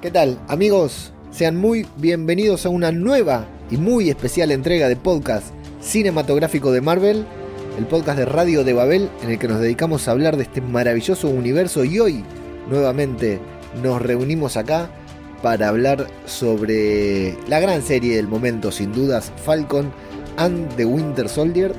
¿Qué tal, amigos? Sean muy bienvenidos a una nueva y muy especial entrega de podcast cinematográfico de Marvel, el podcast de Radio de Babel, en el que nos dedicamos a hablar de este maravilloso universo, y hoy nuevamente nos reunimos acá para hablar sobre la gran serie del momento, sin dudas, Falcon and the Winter Soldier.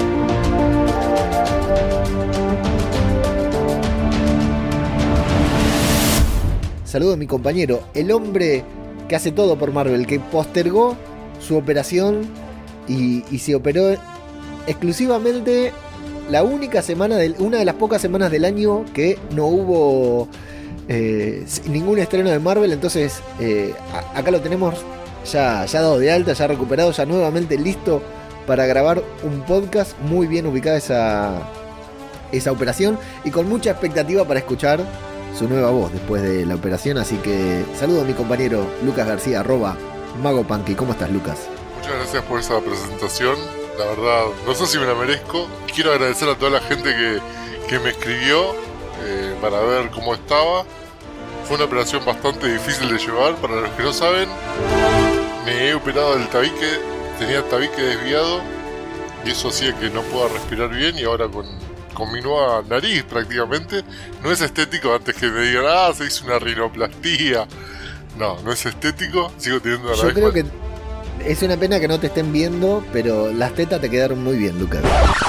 Saludo a mi compañero, el hombre que hace todo por Marvel, que postergó su operación y se operó exclusivamente la única semana, una de las pocas semanas del año que no hubo ningún estreno de Marvel. Entonces acá lo tenemos ya dado de alta, ya recuperado, ya nuevamente listo para grabar un podcast. Muy bien ubicada esa operación y con mucha expectativa para escuchar su nueva voz después de la operación. Así que saludo a mi compañero Lucas García, @MagoPunky. ¿Cómo estás, Lucas? Muchas gracias por esa presentación. La verdad, no sé si me la merezco. Quiero agradecer a toda la gente que me escribió para ver cómo estaba. Fue una operación bastante difícil de llevar. Para los que no saben, me he operado del tabique. Tenía el tabique desviado y eso hacía que no pueda respirar bien. Y ahora con mi nueva nariz prácticamente, no es estético. Antes que me digan, se hizo una rinoplastía. No es estético. Sigo teniendo una nariz. Yo creo que es una pena que no te estén viendo, pero las tetas te quedaron muy bien, Lucas.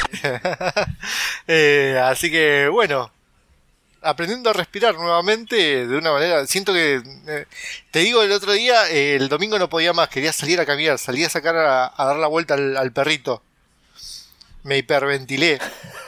Así que bueno, aprendiendo a respirar nuevamente de una manera. Siento que te digo, el otro día, el domingo no podía más, quería salir a caminar, salí a sacar a dar la vuelta al perrito. Me hiperventilé.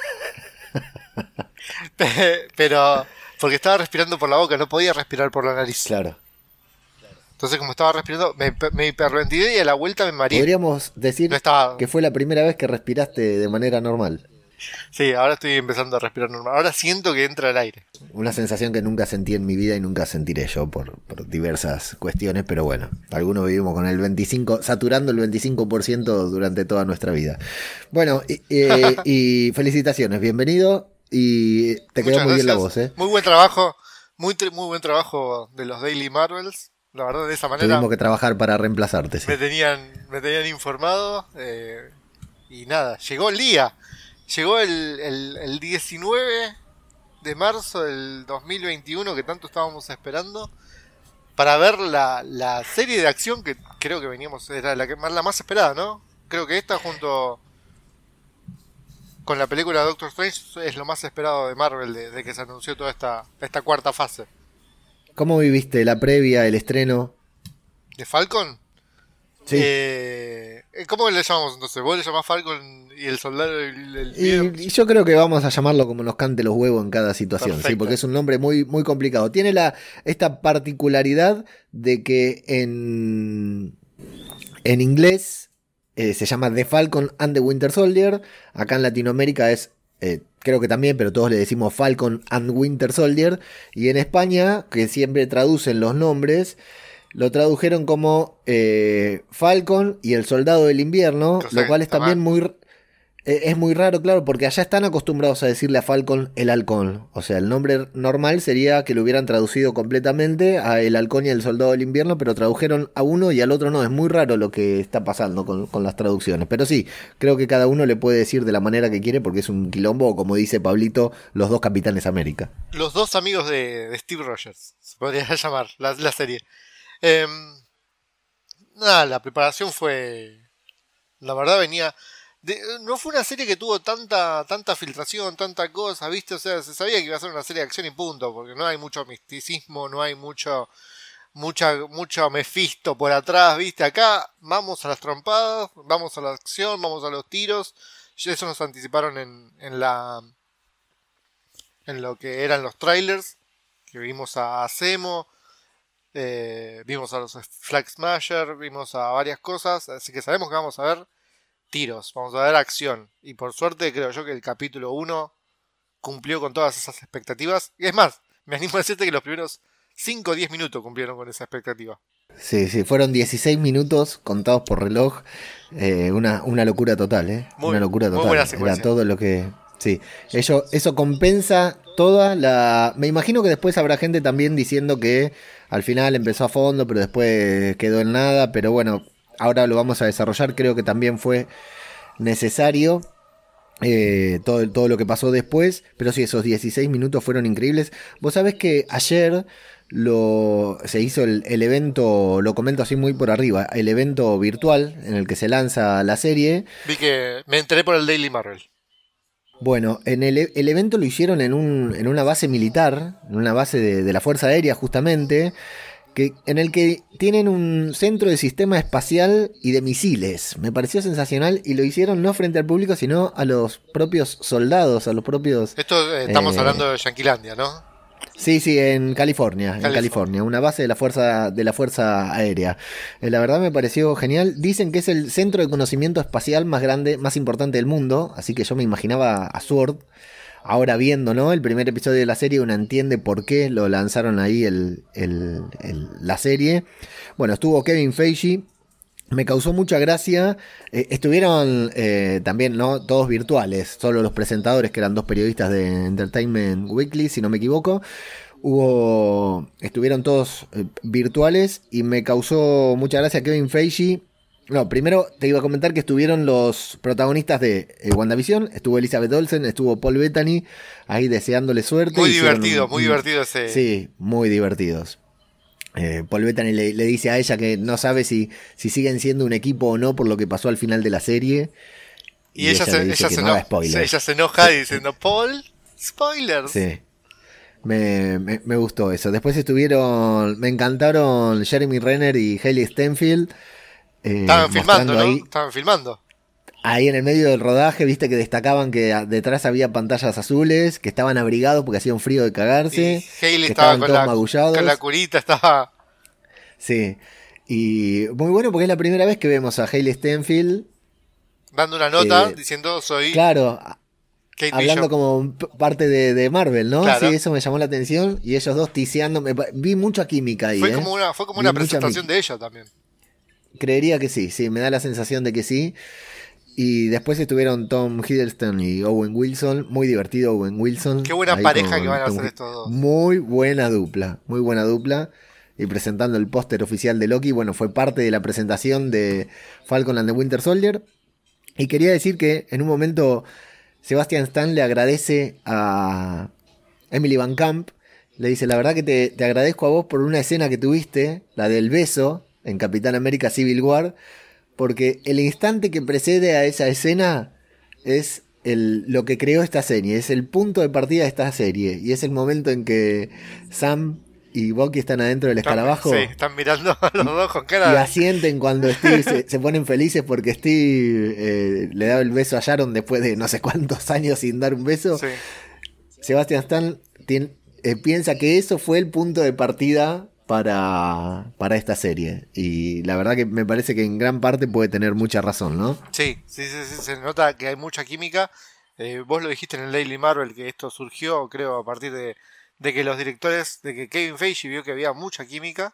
Pero porque estaba respirando por la boca, no podía respirar por la nariz. Claro. Entonces, como estaba respirando, me hiperventilé y a la vuelta me mareé. Podríamos decir que fue la primera vez que respiraste de manera normal. Sí, ahora estoy empezando a respirar normal. Ahora siento que entra el aire. Una sensación que nunca sentí en mi vida y nunca sentiré yo por diversas cuestiones, pero bueno, algunos vivimos con el 25%, saturando el 25% durante toda nuestra vida. Bueno, y felicitaciones, bienvenido, y te quedó muy bien la voz, ¿eh? Muy buen trabajo, muy buen trabajo de los Daily Marvels. La verdad, de esa manera tuvimos que trabajar para reemplazarte, sí. Me tenían informado, y nada, llegó el día. Llegó el 19 de marzo del 2021 que tanto estábamos esperando para ver la serie de acción que creo que veníamos, era la más esperada, ¿no? Creo que esta junto con la película Doctor Strange es lo más esperado de Marvel de que se anunció toda esta cuarta fase. ¿Cómo viviste la previa, el estreno? ¿De Falcon? Sí. ¿Cómo le llamamos entonces? ¿Vos le llamás Falcon y el soldado y yo creo que vamos a llamarlo como nos cante los huevos en cada situación. Perfecto. Sí, porque es un nombre muy, muy complicado. Tiene esta particularidad de que en inglés se llama The Falcon and the Winter Soldier. Acá en Latinoamérica es, creo que también, pero todos le decimos Falcon and Winter Soldier. Y en España, que siempre traducen los nombres, lo tradujeron como Falcon y el Soldado del Invierno, lo cual es también muy raro, claro, porque allá están acostumbrados a decirle a Falcon el Halcón. O sea, el nombre normal sería que lo hubieran traducido completamente a el Halcón y el Soldado del Invierno, pero tradujeron a uno y al otro no. Es muy raro lo que está pasando con las traducciones. Pero sí, creo que cada uno le puede decir de la manera que quiere, porque es un quilombo, o como dice Pablito, los dos Capitanes América. Los dos amigos de Steve Rogers, se podría llamar la serie. La preparación fue, la verdad, no fue una serie que tuvo tanta filtración, tanta cosa, ¿viste? O sea, se sabía que iba a ser una serie de acción y punto, porque no hay mucho misticismo, no hay mucho Mephisto por atrás, ¿viste? Acá vamos a las trompadas, vamos a la acción, vamos a los tiros. Eso nos anticiparon en lo que eran los trailers, que vimos a Zemo. Vimos a los Flag Smasher, vimos a varias cosas, así que sabemos que vamos a ver tiros, vamos a ver acción, y por suerte creo yo que el capítulo 1 cumplió con todas esas expectativas, y es más, me animo a decirte que los primeros 5 o 10 minutos cumplieron con esa expectativa. Sí, fueron 16 minutos contados por reloj, una locura total, una locura total. Muy buena secuencia. Era todo lo que Sí, eso compensa toda la... Me imagino que después habrá gente también diciendo que al final empezó a fondo, pero después quedó en nada, pero bueno, ahora lo vamos a desarrollar, creo que también fue necesario todo lo que pasó después, pero sí, esos 16 minutos fueron increíbles. Vos sabés que ayer se hizo el evento, lo comento así muy por arriba, el evento virtual en el que se lanza la serie. Vi que me enteré por el Daily Marvel. Bueno, el evento lo hicieron en una base militar, en una base de la Fuerza Aérea justamente, en el que tienen un centro de sistema espacial y de misiles. Me pareció sensacional y lo hicieron no frente al público, sino a los propios soldados, a los propios... Esto estamos hablando de Yanquilandia, ¿no? Sí, en California, una base de la Fuerza Aérea. La verdad me pareció genial. Dicen que es el centro de conocimiento espacial más grande, más importante del mundo, así que yo me imaginaba a Sword. Ahora viendo, ¿no? El primer episodio de la serie, uno entiende por qué lo lanzaron ahí la serie. Bueno, estuvo Kevin Feige. Me causó mucha gracia. Estuvieron también, ¿no? Todos virtuales. Solo los presentadores, que eran 2 periodistas de Entertainment Weekly, si no me equivoco. Estuvieron todos virtuales. Y me causó mucha gracia Kevin Feige. No, primero te iba a comentar que estuvieron los protagonistas de WandaVision. Estuvo Elizabeth Olsen, estuvo Paul Bettany, ahí deseándole suerte. Muy divertido ese. Sí, muy divertidos. Paul Bettany le dice a ella que no sabe si siguen siendo un equipo o no por lo que pasó al final de la serie. Y ella se enoja diciendo, Paul, spoilers. Sí. Me gustó eso. Después me encantaron Jeremy Renner y Hailey Steinfeld. Estaban filmando, ¿no? Estaban filmando. Ahí en el medio del rodaje, viste que destacaban que detrás había pantallas azules, que estaban abrigados porque hacía un frío de cagarse. Y Hailey estaba con la curita, estaba... Sí, y muy bueno porque es la primera vez que vemos a Hailey Steinfeld dando una nota diciendo soy... Claro, Kate hablando Bishop. Como parte de Marvel, ¿no? Claro. Sí, eso me llamó la atención. Y ellos dos tiseando, vi mucha química ahí. Fue como una presentación de ella también. Creería que sí, me da la sensación de que sí. Y después estuvieron Tom Hiddleston y Owen Wilson. Muy divertido Owen Wilson. Qué buena pareja que van a hacer estos dos. Muy buena dupla. Y presentando el póster oficial de Loki. Bueno, fue parte de la presentación de Falcon and the Winter Soldier. Y quería decir que en un momento Sebastian Stan le agradece a Emily Van Camp. Le dice, la verdad que te agradezco a vos por una escena que tuviste, la del beso en Capitán América Civil War, porque el instante que precede a esa escena es lo que creó esta serie, es el punto de partida de esta serie, y es el momento en que Sam y Bucky están adentro del escarabajo. Sí, están mirando a los dos con cara... Y asienten cuando Steve se ponen felices porque Steve le da el beso a Sharon después de no sé cuántos años sin dar un beso. Sí. Sebastian Stan piensa que eso fue el punto de partida para esta serie. Y la verdad que me parece que en gran parte puede tener mucha razón, ¿no? Sí, se nota que hay mucha química. Vos lo dijiste en el Daily Marvel que esto surgió, creo, a partir de que los directores, de que Kevin Feige vio que había mucha química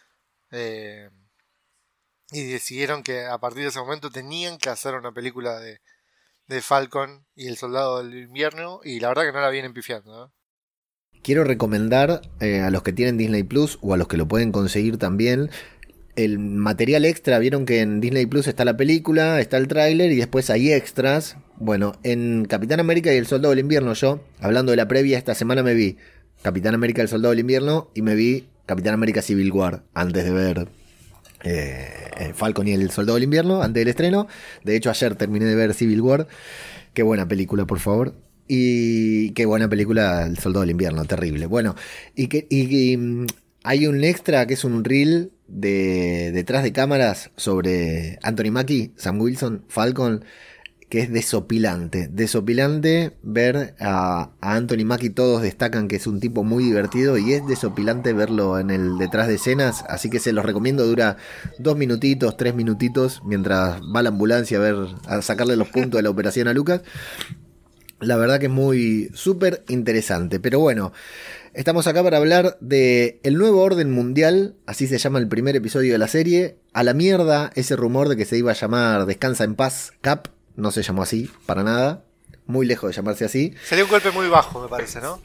y decidieron que a partir de ese momento tenían que hacer una película de Falcon y el Soldado del Invierno, y la verdad que no la vienen pifiando, ¿no? Quiero recomendar a los que tienen Disney Plus o a los que lo pueden conseguir también el material extra. Vieron que en Disney Plus está la película, está el tráiler y después hay extras. Bueno, en Capitán América y el Soldado del Invierno, yo, hablando de la previa, esta semana me vi Capitán América y el Soldado del Invierno y me vi Capitán América Civil War antes de ver Falcon y el Soldado del Invierno, antes del estreno. De hecho, ayer terminé de ver Civil War. Qué buena película, por favor. Y qué buena película El Soldado del Invierno, terrible. Bueno, y hay un extra que es un reel de detrás de cámaras sobre Anthony Mackie, Sam Wilson, Falcon, que es desopilante ver a Anthony Mackie. Todos destacan que es un tipo muy divertido y es desopilante verlo en el detrás de escenas, así que se los recomiendo. Dura 2 minutitos, 3 minutitos mientras va la ambulancia a sacarle los puntos de la operación a Lucas. La verdad que es muy súper interesante. Pero bueno, estamos acá para hablar de el nuevo orden mundial. Así se llama el primer episodio de la serie. A la mierda ese rumor de que se iba a llamar Descansa en Paz Cap. No se llamó así, para nada. muy lejos de llamarse así. Sería un golpe muy bajo, me parece, ¿no?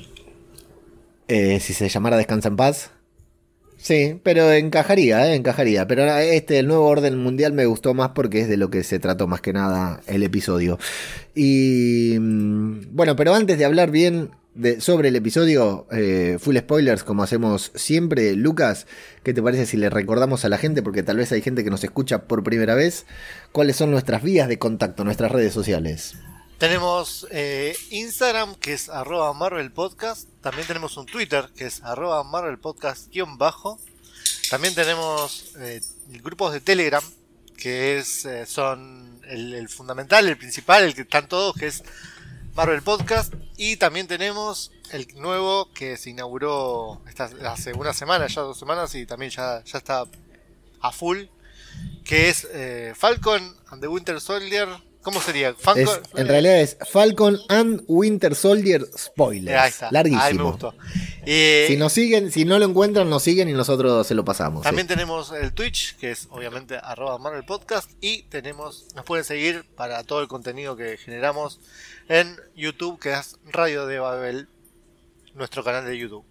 Si se llamara Descansa en Paz. Sí, pero encajaría. Pero el nuevo orden mundial me gustó más porque es de lo que se trató más que nada el episodio. Y bueno, pero antes de hablar bien sobre el episodio, full spoilers como hacemos siempre, Lucas, ¿qué te parece si le recordamos a la gente, porque tal vez hay gente que nos escucha por primera vez, cuáles son nuestras vías de contacto, nuestras redes sociales? Tenemos Instagram, que es @MarvelPodcast. También tenemos un Twitter, que es @MarvelPodcast_. También tenemos grupos de Telegram, que son el fundamental, el principal, el que están todos, que es Marvel Podcast. Y también tenemos el nuevo que se inauguró hace una semana, ya 2 semanas, y también ya está a full, que es Falcon and the Winter Soldier. ¿Cómo sería? En realidad es Falcon and Winter Soldier Spoilers. Ahí está. Larguísimo. Ahí me gustó. Si nos siguen, si no lo encuentran, nos siguen y nosotros se lo pasamos. También tenemos el Twitch, que es obviamente @MarvelPodcast. Y nos pueden seguir para todo el contenido que generamos en YouTube, que es Radio de Babel, nuestro canal de YouTube.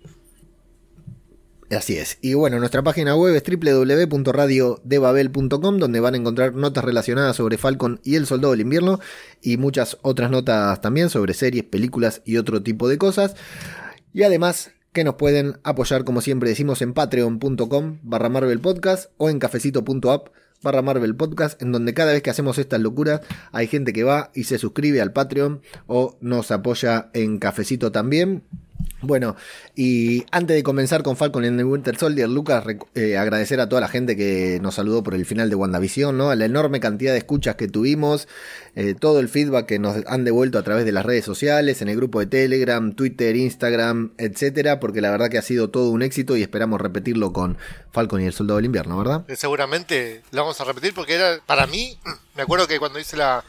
Así es. Y bueno, nuestra página web es www.radiodebabel.com, donde van a encontrar notas relacionadas sobre Falcon y el Soldado del Invierno y muchas otras notas también sobre series, películas y otro tipo de cosas. Y además que nos pueden apoyar, como siempre decimos, en patreon.com/MarvelPodcast o en cafecito.app/MarvelPodcast, en donde cada vez que hacemos estas locuras hay gente que va y se suscribe al Patreon o nos apoya en Cafecito también. Bueno, y antes de comenzar con Falcon and the Winter Soldier, Lucas, agradecer a toda la gente que nos saludó por el final de WandaVision, ¿no? A la enorme cantidad de escuchas que tuvimos, todo el feedback que nos han devuelto a través de las redes sociales, en el grupo de Telegram, Twitter, Instagram, etcétera, porque la verdad que ha sido todo un éxito y esperamos repetirlo con Falcon y el Soldado del Invierno, ¿verdad? Seguramente lo vamos a repetir porque era, para mí, me acuerdo que cuando hice la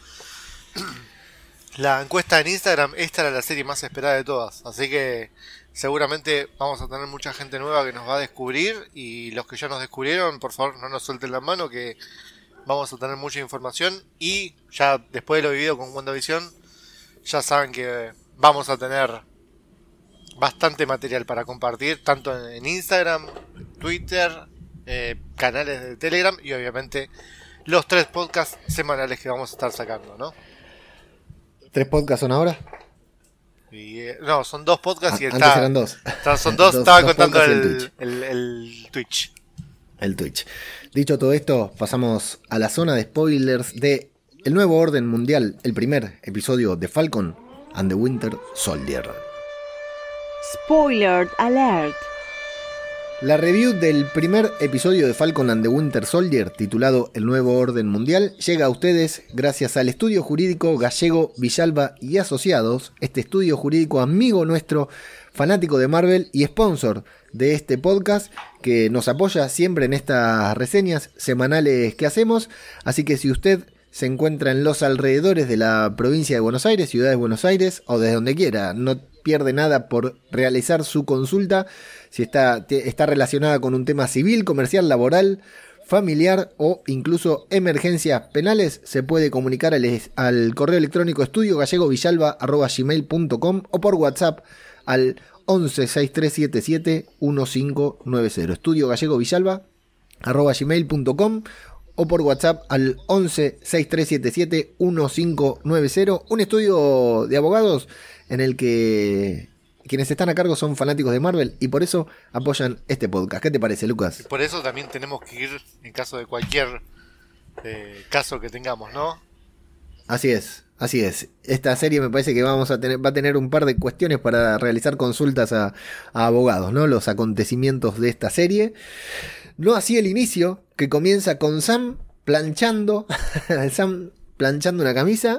encuesta en Instagram, esta era la serie más esperada de todas, así que seguramente vamos a tener mucha gente nueva que nos va a descubrir, y los que ya nos descubrieron, por favor no nos suelten la mano, que vamos a tener mucha información. Y ya después de lo vivido con WandaVision, ya saben que vamos a tener bastante material para compartir, tanto en Instagram, Twitter, canales de Telegram y obviamente los 3 podcasts semanales que vamos a estar sacando, ¿no? ¿3 podcasts son ahora? No, son 2 podcasts y antes eran 2. Son 2, estaba contando el Twitch. El Twitch. Dicho todo esto, pasamos a la zona de spoilers de El Nuevo Orden Mundial, el primer episodio de Falcon and the Winter Soldier. Spoiler alert. La review del primer episodio de Falcon and the Winter Soldier, titulado El Nuevo Orden Mundial, llega a ustedes gracias al estudio jurídico Gallego, Villalba y Asociados, este estudio jurídico amigo nuestro, fanático de Marvel y sponsor de este podcast, que nos apoya siempre en estas reseñas semanales que hacemos. Así que si usted se encuentra en los alrededores de la provincia de Buenos Aires, ciudad de Buenos Aires, o desde donde quiera, no pierde nada por realizar su consulta, si está relacionada con un tema civil, comercial, laboral, familiar o incluso emergencias penales, se puede comunicar al correo electrónico estudiogallegovillalba@gmail.com o por WhatsApp al 11 6377 1590. estudiogallegovillalba@gmail.com o por WhatsApp al 11 6377 1590. Un estudio de abogados en el que quienes están a cargo son fanáticos de Marvel y por eso apoyan este podcast. ¿Qué te parece, Lucas? Y por eso también tenemos que ir en caso de cualquier caso que tengamos, ¿no? Así es. Esta serie me parece que va a tener un par de cuestiones para realizar consultas a abogados, ¿no? Los acontecimientos de esta serie. No así el inicio, que comienza con Sam planchando una camisa.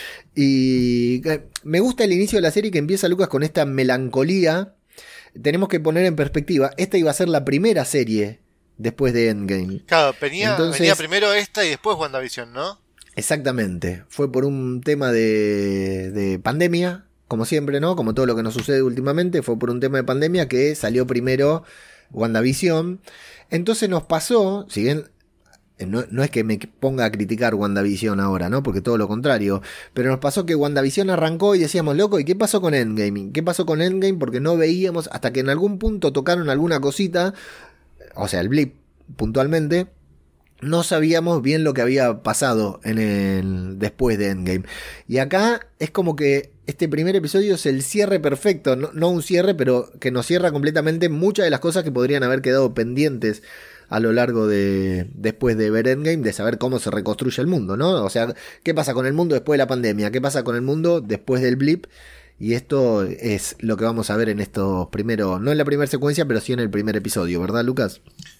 Y me gusta el inicio de la serie, que empieza, Lucas, con esta melancolía. Tenemos que poner en perspectiva, esta iba a ser la primera serie después de Endgame. Claro, venía primero esta y después WandaVision, ¿no? Exactamente, fue por un tema de pandemia, como siempre, ¿no? Como todo lo que nos sucede últimamente, fue por un tema de pandemia que salió primero WandaVision. Entonces nos pasó, si bien no es que me ponga a criticar WandaVision ahora, ¿no? Porque todo lo contrario. Pero nos pasó que WandaVision arrancó y decíamos, loco, ¿y qué pasó con Endgame? ¿Qué pasó con Endgame? Porque no veíamos, hasta que en algún punto tocaron alguna cosita, o sea, el blip puntualmente, no sabíamos bien lo que había pasado después de Endgame. Y acá es como que este primer episodio es el cierre perfecto. No un cierre, pero que nos cierra completamente muchas de las cosas que podrían haber quedado pendientes a lo largo después de ver Endgame, de saber cómo se reconstruye el mundo, ¿no? O sea, ¿qué pasa con el mundo después de la pandemia? ¿Qué pasa con el mundo después del blip? Y esto es lo que vamos a ver en estos primeros, no en la primera secuencia, pero sí en el primer episodio, ¿verdad, Lucas?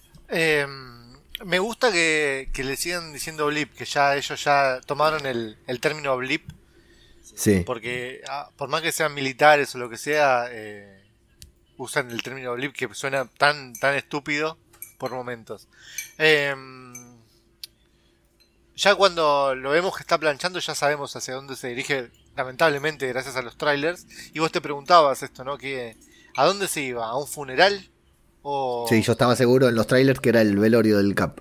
Me gusta que le sigan diciendo blip, que ya ellos ya tomaron el término blip. Sí. Porque por más que sean militares o lo que sea, usan el término blip que suena tan estúpido por momentos. Ya cuando lo vemos que está planchando ya sabemos hacia dónde se dirige, lamentablemente gracias a los trailers. Y vos te preguntabas esto, ¿no? ¿A dónde se iba? ¿A un funeral? Sí, yo estaba seguro en los trailers que era el velorio del Cap.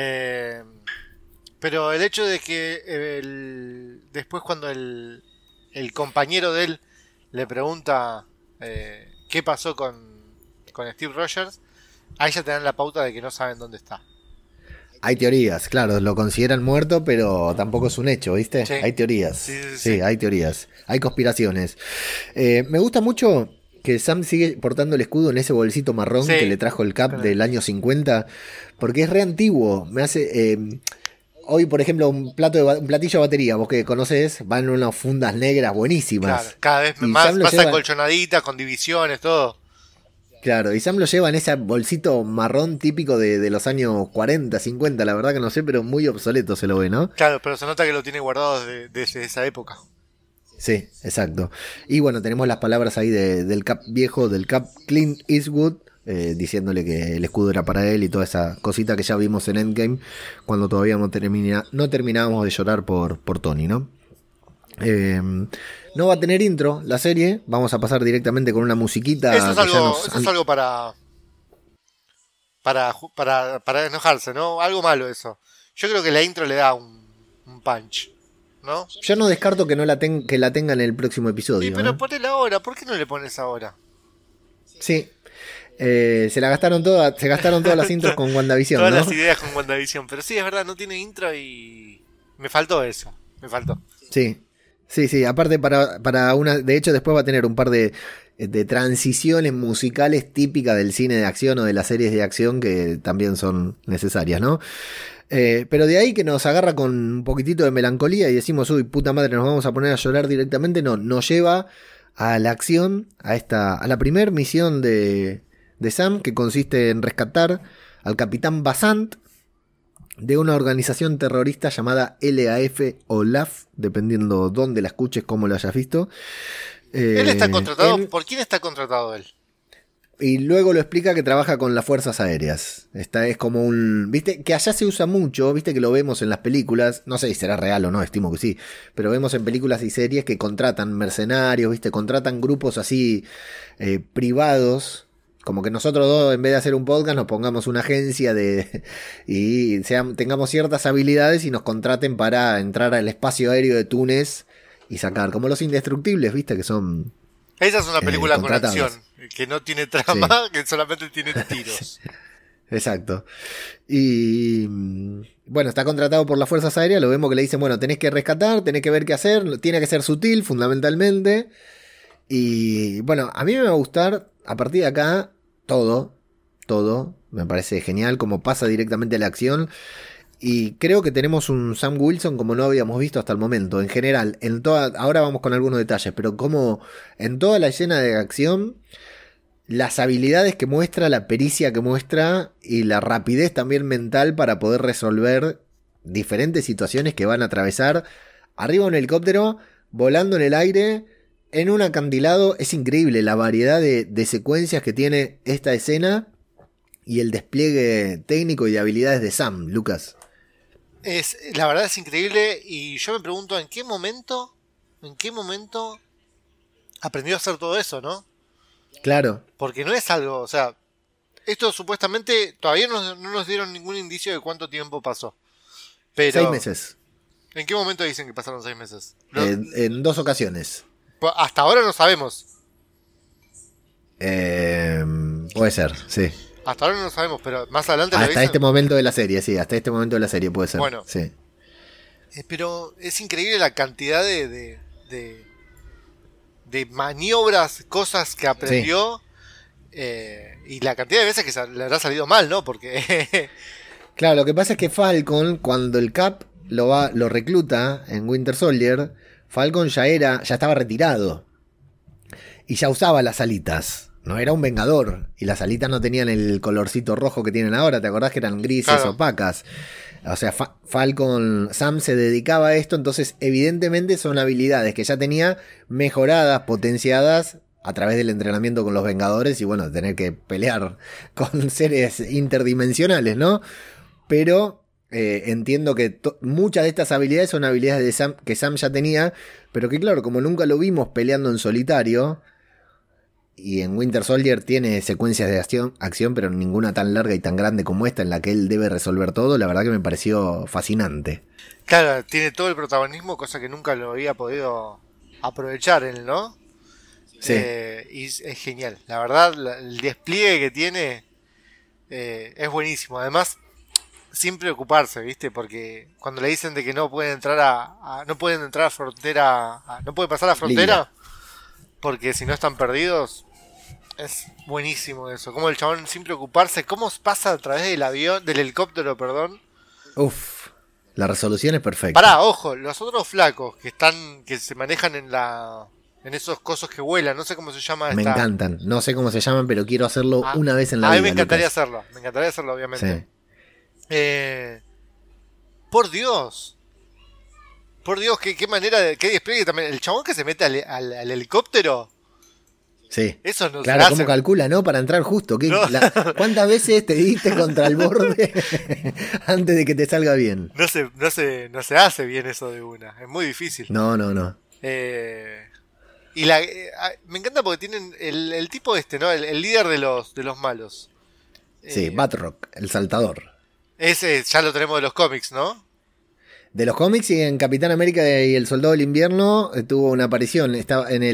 Pero el hecho de que después cuando el compañero de él le pregunta qué pasó con Steve Rogers, ahí ya te dan la pauta de que no saben dónde está. Hay teorías, claro, lo consideran muerto, pero tampoco es un hecho, ¿viste? Sí. Hay teorías. Sí, hay teorías. Hay conspiraciones. Me gusta mucho que Sam sigue portando el escudo en ese bolsito marrón que le trajo el Cap del año 50, porque es re antiguo. Me hace... hoy, por ejemplo, un platillo de batería, vos que conocés, van en unas fundas negras buenísimas. Claro, cada vez más acolchonaditas, con divisiones, todo. Claro, y Sam lo lleva en ese bolsito marrón típico de los años 40, 50, la verdad que no sé, pero muy obsoleto se lo ve, ¿no? Claro, pero se nota que lo tiene guardado desde esa época. Sí, exacto. Y bueno, tenemos las palabras ahí del Cap viejo, del Cap Clint Eastwood, diciéndole que el escudo era para él y toda esa cosita que ya vimos en Endgame, cuando todavía no terminábamos de llorar por Tony, ¿no? No va a tener intro la serie, vamos a pasar directamente con una musiquita. Eso es algo para enojarse, ¿no? Algo malo eso. Yo creo que la intro le da un punch, ¿no? Yo no descarto que que la tenga en el próximo episodio. Sí, pero ponela ahora, ¿por qué no le pones ahora? Sí. Se gastaron todas las intros con WandaVision, todas ¿no? las ideas con WandaVision, pero sí, es verdad, no tiene intro y me faltó eso, Sí. Sí, aparte para una, de hecho después va a tener un par de transiciones musicales típicas del cine de acción o de las series de acción que también son necesarias, ¿no? Pero de ahí que nos agarra con un poquitito de melancolía y decimos, uy, puta madre, nos vamos a poner a llorar directamente, no, nos lleva a la acción, a la primer misión de Sam, que consiste en rescatar al capitán Basant de una organización terrorista llamada LAF o LAF, dependiendo dónde la escuches, cómo lo hayas visto. ¿Él está contratado? ¿Por quién está contratado él? Y luego lo explica que trabaja con las fuerzas aéreas. Esta es como viste, que allá se usa mucho, viste que lo vemos en las películas, no sé si será real o no, estimo que sí, pero vemos en películas y series que contratan mercenarios, viste, contratan grupos así privados. Como que nosotros dos, en vez de hacer un podcast, nos pongamos una agencia y tengamos ciertas habilidades y nos contraten para entrar al espacio aéreo de Túnez y sacar, como los indestructibles, viste, que son... Esa es una película con acción, que no tiene trama, sí. Que solamente tiene tiros. Exacto. Y bueno, está contratado por las fuerzas aéreas, lo vemos que le dicen, bueno, tenés que rescatar, tenés que ver qué hacer, tiene que ser sutil, fundamentalmente. Y bueno, a mí me va a gustar, a partir de acá, todo, me parece genial, como pasa directamente a la acción. Y creo que tenemos un Sam Wilson como no habíamos visto hasta el momento. En general, ahora vamos con algunos detalles, pero como en toda la escena de acción, las habilidades que muestra, la pericia que muestra y la rapidez también mental para poder resolver diferentes situaciones que van a atravesar arriba en un helicóptero, volando en el aire, en un acantilado. Es increíble la variedad de secuencias que tiene esta escena y el despliegue técnico y de habilidades de Sam, Lucas. La verdad es increíble y yo me pregunto en qué momento aprendió a hacer todo eso, ¿no? Claro. Porque no es algo, o sea, esto supuestamente todavía no nos dieron ningún indicio de cuánto tiempo pasó. Pero, 6 meses. ¿en qué momento dicen que pasaron 6 meses? En 2 ocasiones. Hasta ahora no sabemos. Puede ser, sí. Hasta ahora no lo sabemos, pero más adelante lo Hasta dicen. este momento de la serie, sí. Hasta este momento de la serie puede ser. Bueno. Sí. Pero es increíble la cantidad de maniobras, cosas que aprendió. Y la cantidad de veces que le habrá salido mal, ¿no? Porque... Claro, lo que pasa es que Falcon, cuando el Cap lo recluta en Winter Soldier, Falcon ya estaba retirado. Y ya usaba las alitas. No era un vengador. Y las alitas no tenían el colorcito rojo que tienen ahora. ¿Te acordás que eran grises, claro, opacas? O sea, Sam se dedicaba a esto. Entonces, evidentemente son habilidades que ya tenía mejoradas, potenciadas a través del entrenamiento con los Vengadores. Y bueno, tener que pelear con seres interdimensionales, ¿no? Pero entiendo que muchas de estas habilidades son habilidades de Sam, que Sam ya tenía. Pero que claro, como nunca lo vimos peleando en solitario... Y en Winter Soldier tiene secuencias de acción, pero ninguna tan larga y tan grande como esta, en la que él debe resolver todo. La verdad que me pareció fascinante. Claro, tiene todo el protagonismo, cosa que nunca lo había podido aprovechar él, ¿no? Sí. Y es genial. La verdad, el despliegue que tiene es buenísimo. Además, sin preocuparse, ¿viste? Porque cuando le dicen de que no pueden entrar no pueden entrar a frontera, no puede pasar la frontera, Liga. Porque si no están perdidos. Es buenísimo eso, como el chabón sin preocuparse, cómo pasa a través del helicóptero, perdón. Uf, la resolución es perfecta. Pará, ojo, los otros flacos que se manejan en esos cosos que vuelan, no sé cómo se llama. Me encantan, no sé cómo se llaman, pero quiero hacerlo una vez en la vida. A mí me encantaría hacerlo, obviamente. Sí. Por Dios, qué manera, qué despliegue también. El chabón que se mete al helicóptero. Sí. Eso no claro, se ¿cómo hace. calcula, no? Para entrar justo. No. ¿Cuántas veces te diste contra el borde antes de que te salga bien? No se hace bien eso de una. Es muy difícil. No. Y me encanta porque tienen el tipo ¿no? El líder de los malos. Sí, Batroc, el saltador. Ese ya lo tenemos de los cómics, ¿no? De los cómics, y en Capitán América y el Soldado del Invierno tuvo una aparición. Estaba en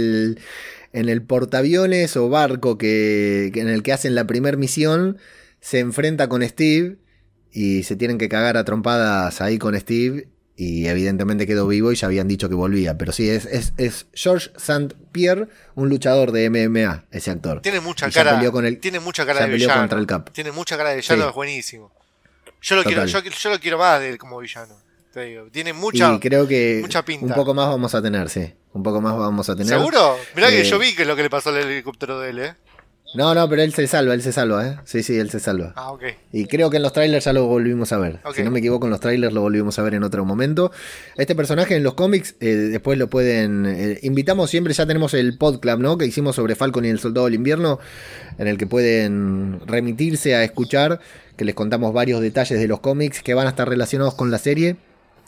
el portaaviones o barco en el que hacen la primer misión. Se enfrenta con Steve y se tienen que cagar a trompadas ahí con Steve. Y evidentemente quedó vivo y ya habían dicho que volvía. Pero sí, es George St. Pierre, un luchador de MMA, ese actor. Tiene mucha cara. Tiene mucha cara de villano. Contra el Cap. Tiene mucha cara de villano, Sí. Es buenísimo. Yo lo quiero más de él como villano. Te digo. Tiene mucha, y creo que mucha pinta. un poco más vamos a tener, sí. Un poco más vamos a tener. ¿Seguro? Mirá que yo vi que es lo que le pasó al helicóptero de él, ¿eh? No, pero él se salva, ¿eh? Sí, él se salva. Ah, ok. Y creo que en los trailers ya lo volvimos a ver. Ok. Si no me equivoco, en los trailers lo volvimos a ver en otro momento. Este personaje en los cómics, después lo pueden... invitamos siempre, ya tenemos el podclub, ¿no? Que hicimos sobre Falcon y el Soldado del Invierno, en el que pueden remitirse a escuchar, que les contamos varios detalles de los cómics que van a estar relacionados con la serie.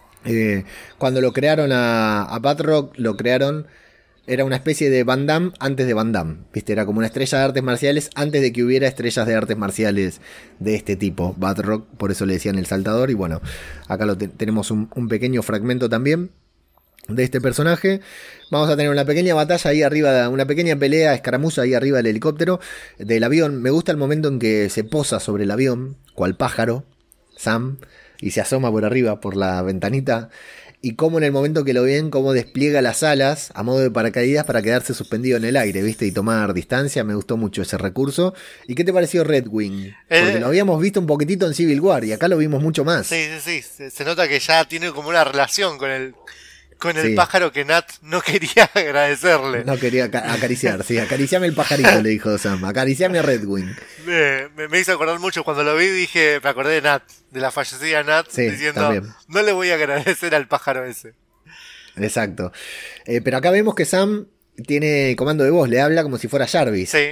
Cuando lo crearon a Batroc, lo crearon... Era una especie de Van Damme antes de Van Damme, ¿viste? Era como una estrella de artes marciales antes de que hubiera estrellas de artes marciales de este tipo. Batroc, por eso le decían el saltador. Y bueno, acá tenemos un pequeño fragmento también de este personaje. Vamos a tener una pequeña batalla ahí arriba, una pequeña pelea, escaramuza ahí arriba del helicóptero, del avión. Me gusta el momento en que se posa sobre el avión, cual pájaro, Sam, y se asoma por arriba, por la ventanita. Y cómo en el momento que lo ven, cómo despliega las alas a modo de paracaídas para quedarse suspendido en el aire, ¿viste? Y tomar distancia. Me gustó mucho ese recurso. ¿Y qué te pareció Red Wing? Porque lo habíamos visto un poquitito en Civil War y acá lo vimos mucho más. Sí. Se nota que ya tiene como una relación con el Sí. pájaro que Nat no quería agradecerle. No quería acariciar, sí. Acariciame el pajarito, le dijo Sam. Acariciame a Red Wing. Me hizo acordar mucho cuando lo vi, me acordé de Nat, de la fallecida Nat, Sí, diciendo, también. no le voy a agradecer al pájaro ese. Exacto. Pero acá vemos que Sam tiene comando de voz, le habla como si fuera Jarvis. Sí.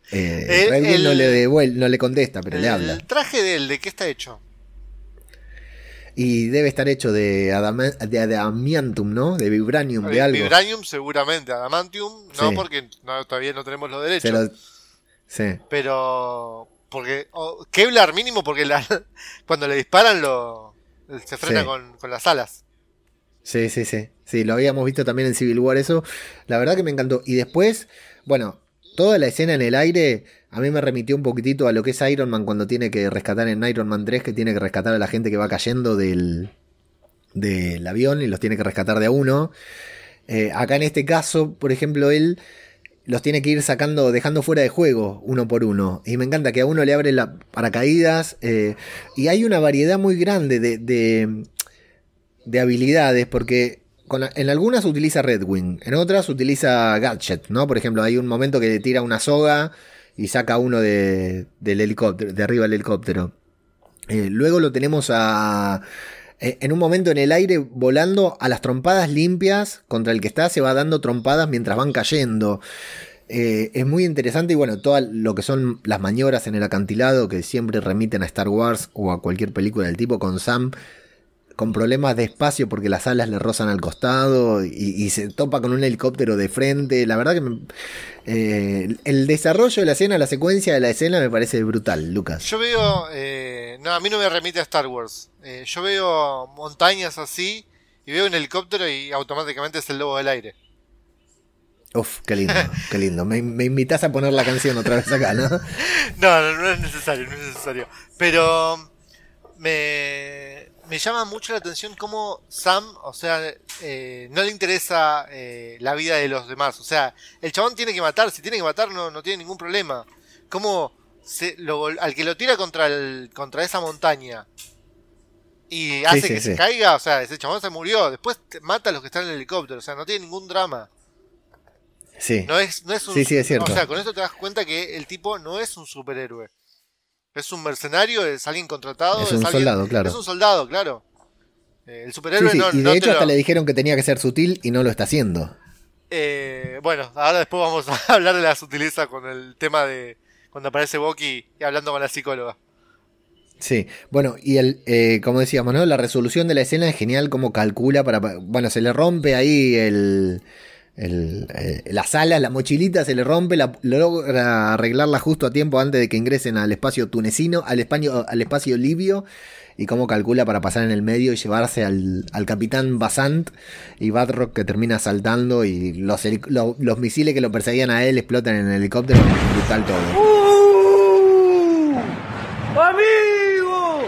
Red Wing no le contesta, pero le habla. El traje de él, ¿de qué está hecho? Y debe estar hecho de adamantium, ¿no? De vibranium, de algo. Vibranium seguramente, adamantium no, Sí. porque todavía no tenemos los derechos. Sí. Pero porque Kevlar mínimo porque cuando le disparan Se frena Sí. con las alas. Sí, sí, sí. Sí, lo habíamos visto también en Civil War eso. La verdad que me encantó. Y después, bueno, toda la escena en el aire a mí me remitió un poquitito a lo que es Iron Man cuando tiene que rescatar en Iron Man 3, que tiene que rescatar a la gente que va cayendo del avión y los tiene que rescatar de a uno. Acá en este caso, por ejemplo, él los tiene que ir sacando, dejando fuera de juego uno por uno. Y me encanta que a uno le abre la paracaídas. Y hay una variedad muy grande de habilidades, porque en algunas utiliza Redwing, en otras utiliza Gadget, ¿no? Por ejemplo, hay un momento que le tira una soga y saca uno del helicóptero, de arriba del helicóptero. Luego lo tenemos en un momento en el aire volando a las trompadas limpias contra el que está, se va dando trompadas mientras van cayendo. Es muy interesante y bueno, todo lo que son las maniobras en el acantilado que siempre remiten a Star Wars o a cualquier película del tipo, con Sam con problemas de espacio porque las alas le rozan al costado y se topa con un helicóptero de frente. La verdad que el desarrollo de la escena, la secuencia de la escena me parece brutal, Lucas. Yo veo... no, a mí no me remite a Star Wars. Yo veo montañas así y veo un helicóptero y automáticamente es el lobo del aire. Uf, qué lindo, qué lindo. Me invitas a poner la canción otra vez acá, ¿no? No es necesario, no es necesario. Pero me llama mucho la atención cómo Sam, o sea, no le interesa la vida de los demás. O sea, el chabón tiene que matar, si tiene que matar no tiene ningún problema. Cómo al que lo tira contra esa montaña y hace que se caiga, o sea, ese chabón se murió. Después mata a los que están en el helicóptero, o sea, no tiene ningún drama. Sí. No es un, sí, es cierto. O sea, con esto te das cuenta que el tipo no es un superhéroe. Es un mercenario, es alguien contratado. Es un soldado, claro. Es un soldado, claro. El superhéroe no. Y de hecho hasta le dijeron que tenía que ser sutil y no lo está haciendo. Bueno, ahora después vamos a hablar de la sutileza con el tema de cuando aparece Bucky y hablando con la psicóloga. Sí, bueno, y como decíamos, ¿no? La resolución de la escena es genial, como calcula bueno, se le rompe ahí las alas, la mochilita se le rompe, logra arreglarla justo a tiempo antes de que ingresen al espacio tunecino, al espacio libio, y cómo calcula para pasar en el medio y llevarse al capitán Basant y Batroc, que termina saltando y los misiles que lo perseguían a él explotan en el helicóptero. Brutal todo. ¡Amigo!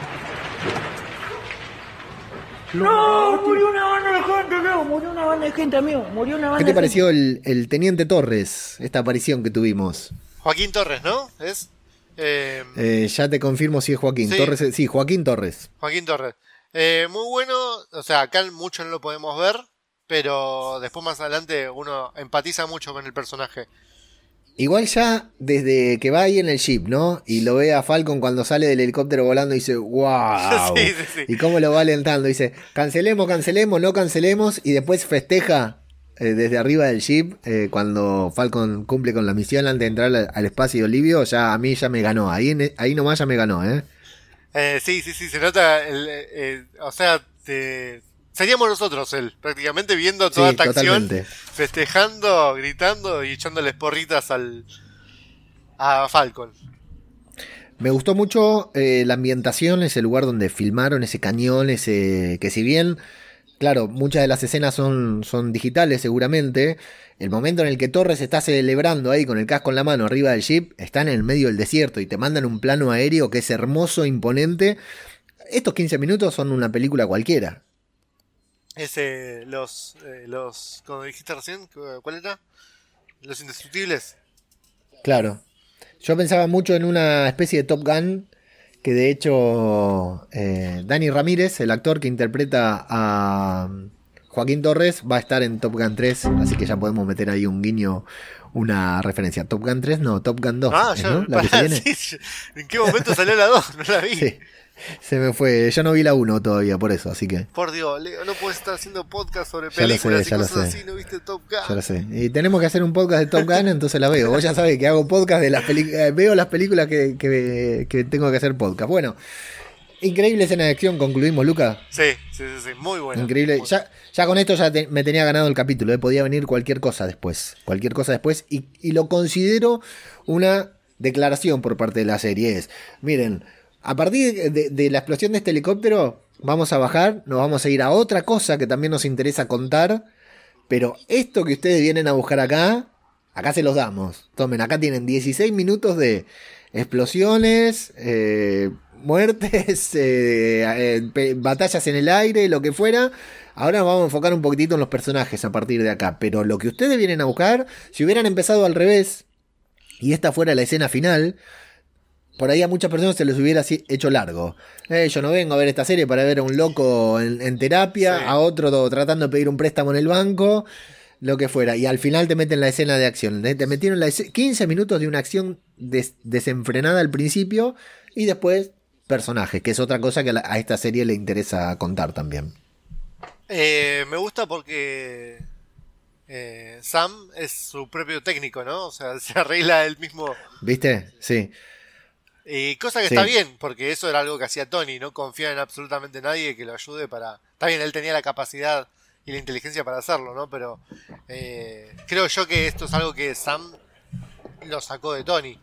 No, murió una banda de gente, no, murió una banda de gente, amigo, murió una banda. ¿Qué te pareció el Teniente Torres, esta aparición que tuvimos? Joaquín Torres, ¿no? ¿Es? Ya te confirmo si es Joaquín Torres. Sí, Joaquín Torres. Joaquín Torres. Muy bueno, o sea, acá mucho no lo podemos ver, pero después más adelante uno empatiza mucho con el personaje. Igual ya desde que va ahí en el jeep, ¿no? Y lo ve a Falcon cuando sale del helicóptero volando y dice, ¡wow! Sí. Y cómo lo va alentando. Dice, cancelemos, no cancelemos. Y después festeja desde arriba del jeep cuando Falcon cumple con la misión antes de entrar al espacio libio. Ya a mí ya me ganó. Ahí nomás ya me ganó, ¿eh? Sí, se nota. O sea, seríamos nosotros él, prácticamente viendo toda esta acción, festejando, gritando y echándoles porritas a Falcon. Me gustó mucho la ambientación, ese lugar donde filmaron ese cañón, que si bien, claro, muchas de las escenas son digitales seguramente, el momento en el que Torres está celebrando ahí con el casco en la mano arriba del jeep, está en el medio del desierto y te mandan un plano aéreo que es hermoso, imponente. Estos 15 minutos son una película cualquiera. Como dijiste recién, ¿cuál era? Los Indestructibles. Claro. Yo pensaba mucho en una especie de Top Gun, que de hecho Dani Ramírez, el actor que interpreta a Joaquín Torres, va a estar en Top Gun 3, así que ya podemos meter ahí un guiño, una referencia. ¿Top Gun 3? No, Top Gun 2. ¿no? ¿La que se viene? Sí, ¿en qué momento salió la 2? No la vi. Sí. Se me fue, yo no vi la 1 todavía, por eso, así que... Por Dios, Leo, no puedes estar haciendo podcast sobre películas y cosas así, no viste Top Gun. Ya lo sé, y tenemos que hacer un podcast de Top Gun, entonces la veo. Vos ya sabés que hago podcast de las películas, veo las películas que tengo que hacer podcast. Bueno, increíble escena de acción, concluimos, Lucas. Sí, muy buena. Increíble, ya con esto me tenía ganado el capítulo, podía venir cualquier cosa después, y lo considero una declaración por parte de la serie. Miren, A partir de la explosión de este helicóptero, vamos a bajar, nos vamos a ir a otra cosa que también nos interesa contar. Pero esto que ustedes vienen a buscar acá se los damos. Tomen, acá tienen 16 minutos de explosiones, muertes, batallas en el aire, lo que fuera. Ahora nos vamos a enfocar un poquitito en los personajes a partir de acá. Pero lo que ustedes vienen a buscar, si hubieran empezado al revés y esta fuera la escena final, por ahí a muchas personas se les hubiera hecho largo. Yo no vengo a ver esta serie para ver a un loco en terapia, sí, a otro tratando de pedir un préstamo en el banco, lo que fuera. Y al final te meten la escena de acción. Te metieron 15 minutos de una acción desenfrenada al principio y después personajes, que es otra cosa que a esta serie le interesa contar también. Me gusta porque Sam es su propio técnico, ¿no? O sea, se arregla él mismo. ¿Viste? Sí. Cosa que sí, está bien, porque eso era algo que hacía Tony, no confía en absolutamente nadie que lo ayude para... Está bien, él tenía la capacidad y la inteligencia para hacerlo, ¿no? Pero creo yo que esto es algo que Sam lo sacó de Tony.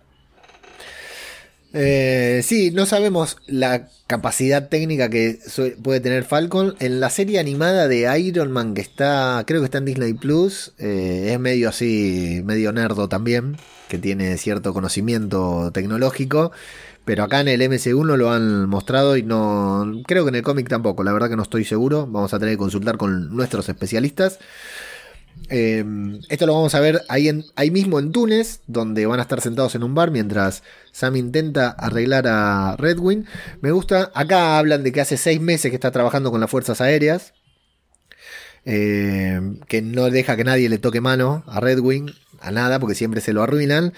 Sí, no sabemos la capacidad técnica que puede tener Falcon. En la serie animada de Iron Man, que está, creo que está en Disney Plus, es medio así, medio nerdo también, que tiene cierto conocimiento tecnológico, pero acá en el MCU no lo han mostrado y no, creo que en el cómic tampoco, la verdad que no estoy seguro, vamos a tener que consultar con nuestros especialistas. Esto lo vamos a ver ahí mismo en Túnez, donde van a estar sentados en un bar mientras Sam intenta arreglar a Redwing. Me gusta, acá hablan de que hace 6 meses que está trabajando con las fuerzas aéreas, que no deja que nadie le toque mano a Redwing, a nada, porque siempre se lo arruinan.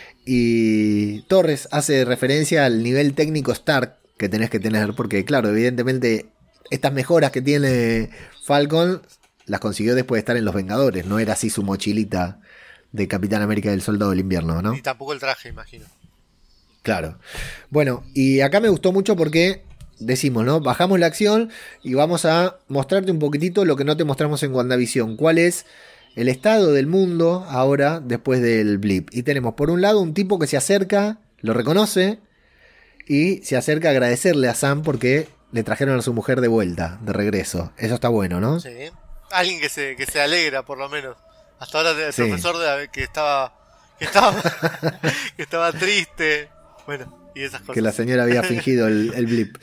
Y Torres hace referencia al nivel técnico Stark que tenés que tener, porque claro, evidentemente estas mejoras que tiene Falcon las consiguió después de estar en Los Vengadores. No era así su mochilita de Capitán América del Soldado del Invierno, ¿no? Y tampoco el traje, imagino. Claro. Bueno, y acá me gustó mucho porque decimos, ¿no? Bajamos la acción y vamos a mostrarte un poquitito lo que no te mostramos en WandaVision. ¿Cuál es el estado del mundo ahora después del blip? Y tenemos por un lado un tipo que se acerca, lo reconoce y se acerca a agradecerle a Sam porque le trajeron a su mujer de vuelta, de regreso. Eso está bueno, ¿no? Sí. Alguien que se alegra, por lo menos. Hasta ahora el sí, profesor que estaba que estaba triste. Bueno, y esas cosas. Que la señora había fingido el blip.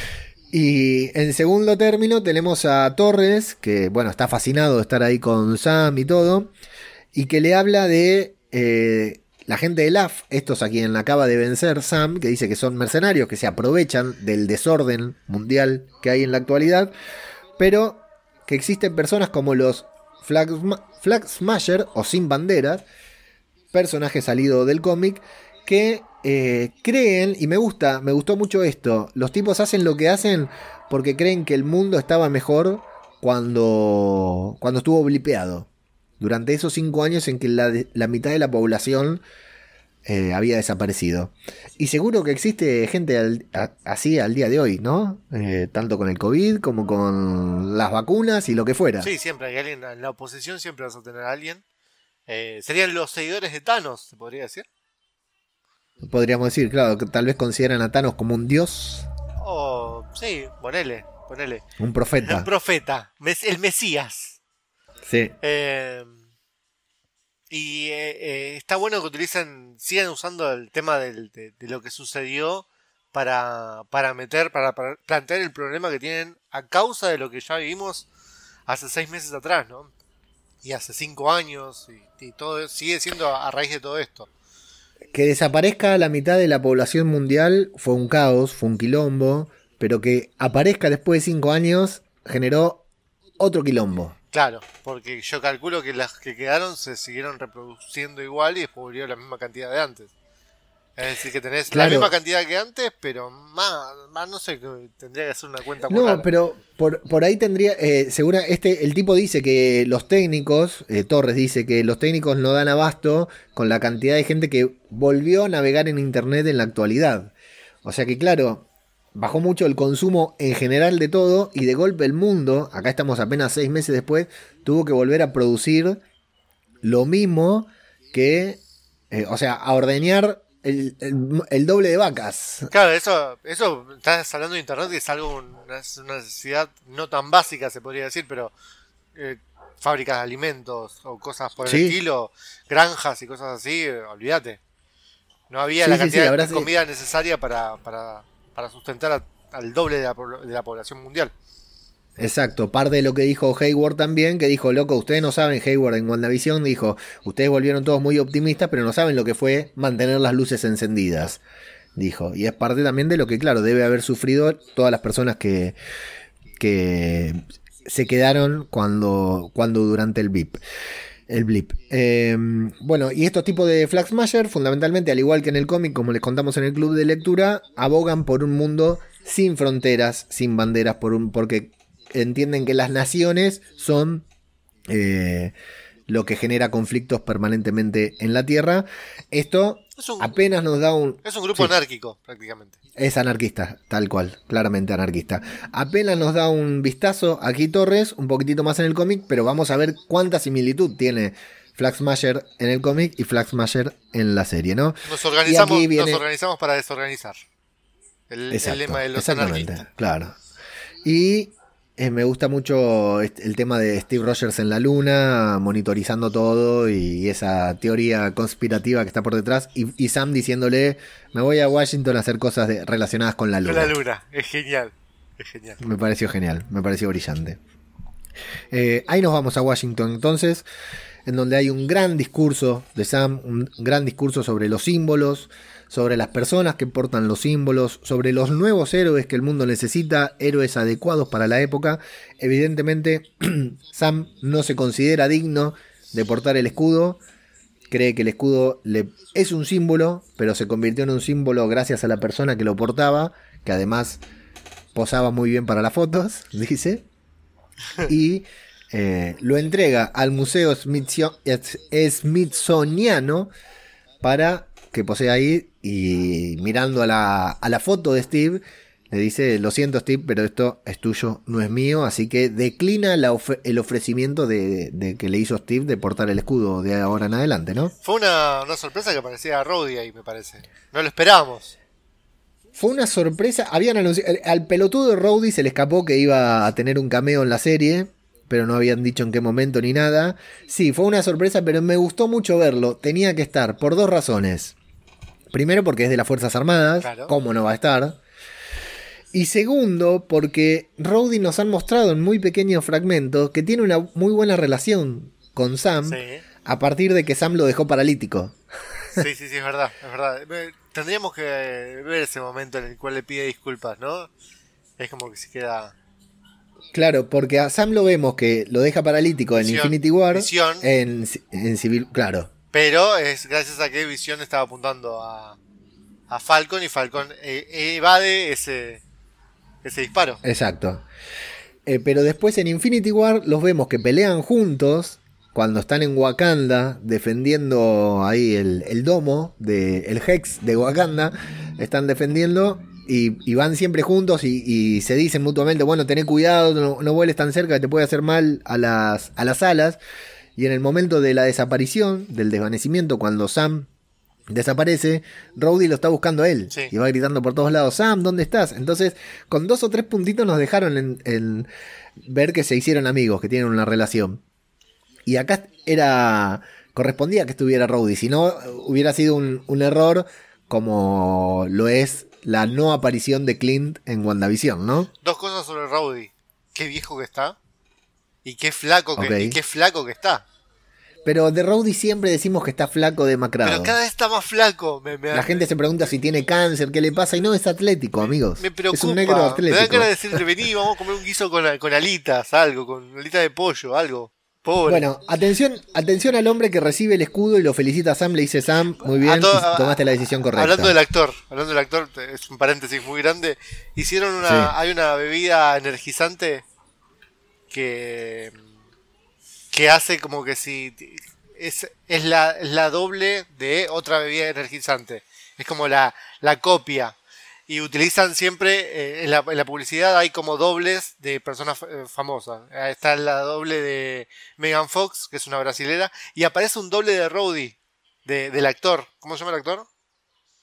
Y en segundo término tenemos a Torres, que bueno, está fascinado de estar ahí con Sam y todo, y que le habla de la gente de LAF, estos a quien acaba de vencer Sam, que dice que son mercenarios que se aprovechan del desorden mundial que hay en la actualidad, pero que existen personas como los Flag Smasher o Sin Banderas, personajes salidos del cómic, que creen, y me gustó mucho esto, los tipos hacen lo que hacen porque creen que el mundo estaba mejor cuando estuvo blipeado, durante esos 5 años en que la mitad de la población había desaparecido. Y seguro que existe gente así al día de hoy, ¿no? Tanto con el COVID como con las vacunas y lo que fuera. Sí, siempre hay alguien en la oposición, siempre vas a tener a alguien. Serían los seguidores de Thanos, se podría decir. Podríamos decir, claro, que tal vez consideran a Thanos como un dios. Oh, sí, ponele. Un profeta. Un profeta, el Mesías. Sí. Y está bueno que sigan usando el tema de lo que sucedió para plantear el problema que tienen a causa de lo que ya vivimos hace 6 meses atrás, ¿no? Y hace 5 años, y todo sigue siendo a raíz de todo esto. Que desaparezca la mitad de la población mundial fue un caos, fue un quilombo, pero que aparezca después de 5 años generó otro quilombo. Claro, porque yo calculo que las que quedaron se siguieron reproduciendo igual y después volvió la misma cantidad de antes. Es decir, que tenés la misma cantidad que antes, pero más no sé, tendría que hacer una cuenta muy rara. Pero por ahí tendría, el tipo dice que los técnicos, Torres dice que los técnicos no dan abasto con la cantidad de gente que volvió a navegar en internet en la actualidad. O sea que claro, bajó mucho el consumo en general de todo y de golpe el mundo, acá estamos apenas 6 meses después, tuvo que volver a producir lo mismo que, a ordeñar el doble de vacas. Claro, eso estás hablando de internet, que es algo, es una necesidad no tan básica, se podría decir, pero fábricas de alimentos o cosas por el Sí. estilo, granjas y cosas así, olvídate. No había Sí, la sí, cantidad sí, la de verdad sí. comida necesaria para sustentar al doble de la población mundial. Exacto, parte de lo que dijo Hayward también, que dijo, loco, ustedes no saben, Hayward en WandaVision dijo, ustedes volvieron todos muy optimistas, pero no saben lo que fue mantener las luces encendidas, dijo. Y es parte también de lo que, claro, debe haber sufrido todas las personas que se quedaron cuando durante el blip. Bueno, y estos tipos de Flag Smasher, fundamentalmente, al igual que en el cómic, como les contamos en el club de lectura, abogan por un mundo sin fronteras, sin banderas, porque entienden que las naciones son lo que genera conflictos permanentemente en la Tierra. Esto apenas nos da un... Es un grupo anárquico, prácticamente. Es anarquista, tal cual, claramente anarquista. Apenas nos da un vistazo aquí Torres, un poquitito más en el cómic, pero vamos a ver cuánta similitud tiene Flag Smasher en el cómic y Flag Smasher en la serie, ¿no? Nos organizamos, Y aquí viene... nos organizamos para desorganizar. El lema de los exactamente, anarquistas. claro. Y me gusta mucho el tema de Steve Rogers en la luna, monitorizando todo y esa teoría conspirativa que está por detrás. Y Sam diciéndole, me voy a Washington a hacer cosas relacionadas con la luna. Con la luna, es genial. Es genial. Me pareció genial, me pareció brillante. Ahí nos vamos a Washington entonces, en donde hay un gran discurso de Sam, un gran discurso sobre los símbolos, sobre las personas que portan los símbolos, sobre los nuevos héroes que el mundo necesita, héroes adecuados para la época. Evidentemente, Sam no se considera digno de portar el escudo, cree que el escudo es un símbolo, pero se convirtió en un símbolo gracias a la persona que lo portaba, que además posaba muy bien para las fotos, dice, y lo entrega al Museo Smithsoniano para que posee ahí, y mirando a la foto de Steve, le dice, lo siento Steve, pero esto es tuyo, no es mío, así que declina el ofrecimiento de que le hizo Steve de portar el escudo de ahora en adelante, ¿no? Fue una sorpresa que aparecía Rhodey ahí, me parece. No lo esperábamos. Fue una sorpresa, habían anunciado, al pelotudo de Rhodey se le escapó que iba a tener un cameo en la serie, pero no habían dicho en qué momento ni nada. Sí, fue una sorpresa, pero me gustó mucho verlo, tenía que estar, por dos razones. Primero porque es de las Fuerzas Armadas, claro. ¿Cómo no va a estar? Y segundo, porque Rhodey nos han mostrado en muy pequeños fragmentos que tiene una muy buena relación con Sam, Sí. a partir de que Sam lo dejó paralítico. Sí, es verdad, es verdad. Tendríamos que ver ese momento en el cual le pide disculpas, ¿no? Es como que se queda... Claro, porque a Sam lo vemos que lo deja paralítico en Infinity War, Visión. en Civil, claro. Pero es gracias a que Visión estaba apuntando a Falcon y Falcon evade ese disparo. Exacto. Pero después en Infinity War los vemos que pelean juntos cuando están en Wakanda defendiendo ahí el domo, el Hex de Wakanda. Están defendiendo y van siempre juntos y se dicen mutuamente, bueno, tené cuidado, no vueles tan cerca que te puede hacer mal a las alas. Y en el momento de la desaparición, del desvanecimiento, cuando Sam desaparece, Rhodey lo está buscando a él. Sí. Y va gritando por todos lados, Sam, ¿dónde estás? Entonces, con 2 o 3 puntitos nos dejaron en ver que se hicieron amigos, que tienen una relación. Y acá correspondía que estuviera Rhodey, si no hubiera sido un error como lo es la no aparición de Clint en WandaVision, ¿no? Dos cosas sobre Rhodey. Qué viejo que está. Y qué flaco Ok. que está. Pero de Rhodey siempre decimos que está flaco, demacrado. Pero cada vez está más flaco. La gente se pregunta si tiene cáncer, qué le pasa, y no, es atlético, amigos. Me preocupa. Es un negro Me da atlético. ganas de decirle, vení, vamos a comer un guiso con alitas, algo, con alitas de pollo, algo. Pobre. Bueno, atención al hombre que recibe el escudo y lo felicita a Sam, le dice Sam, muy bien, tomaste la decisión correcta. Hablando del actor, es un paréntesis muy grande. Hicieron hay una bebida energizante que hace como que si es la doble de otra bebida energizante. Es como la copia. Y utilizan siempre, en la publicidad hay como dobles de personas famosas. Está la doble de Megan Fox, que es una brasilera, y aparece un doble de Rhodey, del actor. ¿Cómo se llama el actor?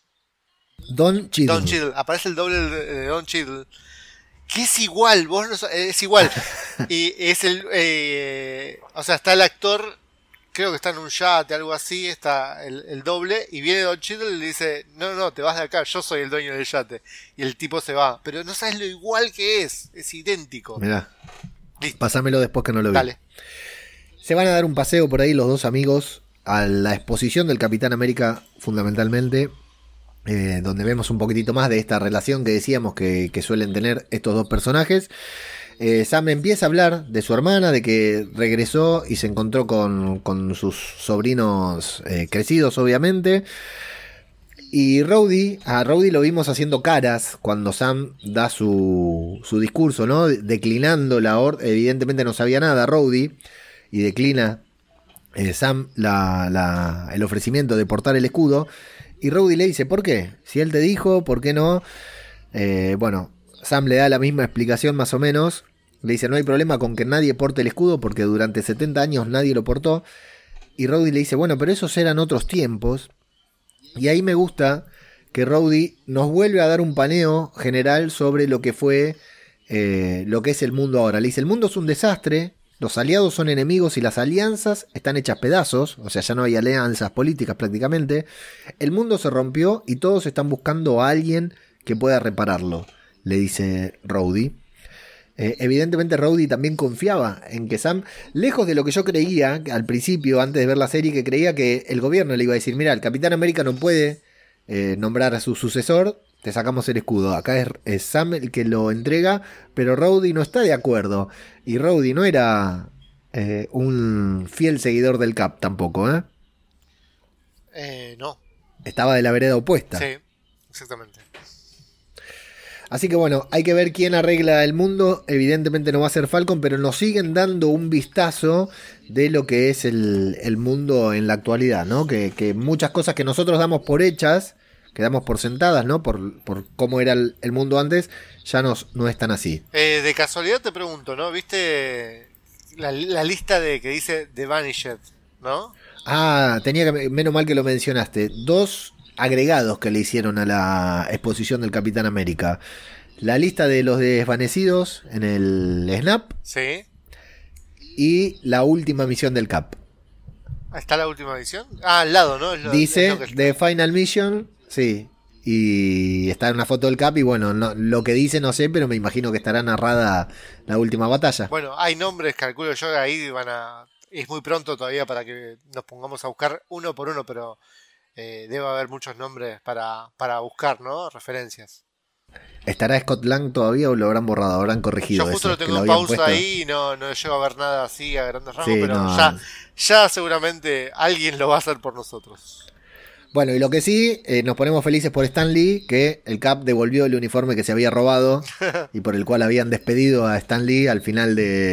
Don Cheadle. Don Cheadle. Aparece el doble de Don Cheadle. Que es igual, vos no es igual. Y es o sea, está el actor, creo que está en un yate, algo así, está el doble, y viene Don Cheadle y le dice, no, te vas de acá, yo soy el dueño del yate. Y el tipo se va. Pero no sabes lo igual que es idéntico. Mirá, Listo. pásamelo después que no lo vi. Dale. Se van a dar un paseo por ahí los dos amigos a la exposición del Capitán América, fundamentalmente, donde vemos un poquitito más de esta relación que decíamos que suelen tener estos dos personajes. Sam empieza a hablar de su hermana, de que regresó y se encontró con sus sobrinos crecidos, obviamente. Y a Rhodey lo vimos haciendo caras cuando Sam da su discurso, ¿no? Declinando la orden. Evidentemente no sabía nada Rhodey, y declina Sam el ofrecimiento de portar el escudo. Y Rhodey le dice, ¿por qué? Si él te dijo, ¿por qué no? Bueno, Sam le da la misma explicación más o menos. Le dice, no hay problema con que nadie porte el escudo porque durante 70 años nadie lo portó. Y Rhodey le dice, bueno, pero esos eran otros tiempos. Y ahí me gusta que Rhodey nos vuelve a dar un paneo general sobre lo que fue, lo que es el mundo ahora. Le dice, el mundo es un desastre. Los aliados son enemigos y las alianzas están hechas pedazos, o sea, ya no hay alianzas políticas prácticamente. El mundo se rompió y todos están buscando a alguien que pueda repararlo, le dice Rhodey. Evidentemente Rhodey también confiaba en que Sam, lejos de lo que yo creía al principio, antes de ver la serie, que creía que el gobierno le iba a decir, mira, el Capitán América no puede nombrar a su sucesor, te sacamos el escudo. Acá es Sam el que lo entrega, pero Rhodey no está de acuerdo. Y Rhodey no era un fiel seguidor del Cap tampoco, ¿eh? No. Estaba de la vereda opuesta. Sí, exactamente. Así que bueno, hay que ver quién arregla el mundo. Evidentemente no va a ser Falcon, pero nos siguen dando un vistazo de lo que es el mundo en la actualidad, ¿no? Que muchas cosas que nosotros damos por hechas, que damos por sentadas, ¿no? Por cómo era el mundo antes, ya no es tan así. De casualidad te pregunto, ¿no? ¿Viste la lista que dice The Vanished, ¿no? Ah, menos mal que lo mencionaste. 2 agregados que le hicieron a la exposición del Capitán América. La lista de los desvanecidos en el Snap. Sí. Y la última misión del Cap. ¿Está la última edición? Ah, al lado, ¿no? Dice The Final Mission, sí. Y está en una foto del Cap y bueno, lo que dice no sé, pero me imagino que estará narrada la última batalla. Bueno, hay nombres, calculo yo, que ahí es muy pronto todavía para que nos pongamos a buscar uno por uno, pero debe haber muchos nombres para buscar, ¿no? Referencias. ¿Estará Scott Lang todavía o lo habrán borrado? ¿Habrán corregido? Yo justo eso, lo tengo en pausa ahí y no llego a ver nada así a grandes rasgos, sí, pero no. ya seguramente alguien lo va a hacer por nosotros. Bueno, y lo que sí, nos ponemos felices por Stan Lee, que el Cap devolvió el uniforme que se había robado y por el cual habían despedido a Stan Lee al final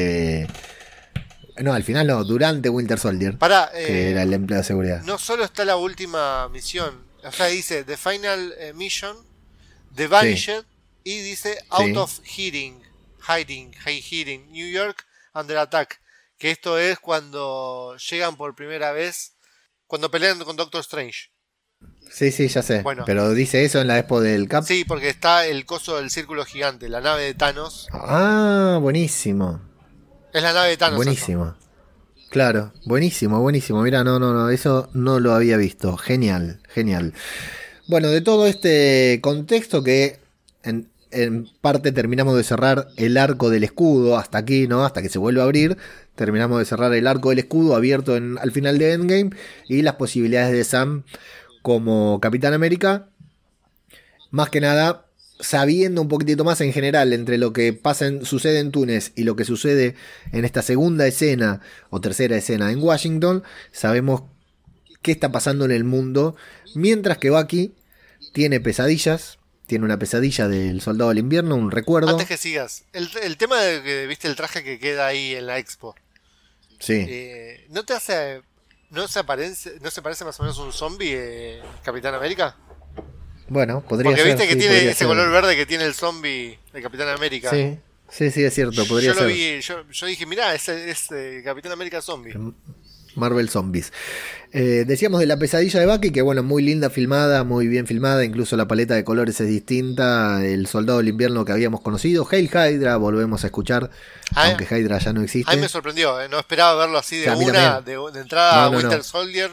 durante Winter Soldier, que era el empleo de seguridad. No solo está la última misión, o sea, dice The Final Mission, The Vanished, sí. Y dice Out of Hiding, New York Under Attack, que esto es cuando llegan por primera vez, cuando pelean con Doctor Strange. Sí, ya sé. Bueno, pero dice eso en la expo del Cap. Sí, porque está el coso del círculo gigante, la nave de Thanos. Ah, buenísimo. Es la nave de Thanos. Buenísimo. Eso. Claro, buenísimo. Mira, no, eso no lo había visto. Genial. Bueno, de todo este contexto que en parte terminamos de cerrar el arco del escudo hasta aquí, ¿no? Hasta que se vuelve a abrir. Terminamos de cerrar el arco del escudo abierto al final de Endgame y las posibilidades de Sam como Capitán América. Más que nada, sabiendo un poquitito más en general entre lo que sucede en Túnez y lo que sucede en esta segunda escena o tercera escena en Washington, sabemos qué está pasando en el mundo, mientras que Bucky tiene pesadillas. Tiene una pesadilla del Soldado del Invierno, un recuerdo. Antes que sigas, el tema de que viste el traje que queda ahí en la expo. Sí. ¿No se parece más o menos a un zombie, Capitán América? Bueno, podría ser. Porque viste que sí, tiene ese color verde que tiene el zombie de Capitán América. Sí, es cierto, podría ser. Yo dije, mirá, es Capitán América zombie. Marvel Zombies. Decíamos de la pesadilla de Bucky, que bueno, muy linda filmada, muy bien filmada, incluso la paleta de colores es distinta, el soldado del invierno que habíamos conocido, Hail Hydra, volvemos a escuchar, aunque Hydra ya no existe. A mí me sorprendió, no esperaba verlo así de de entrada, Winter Soldier,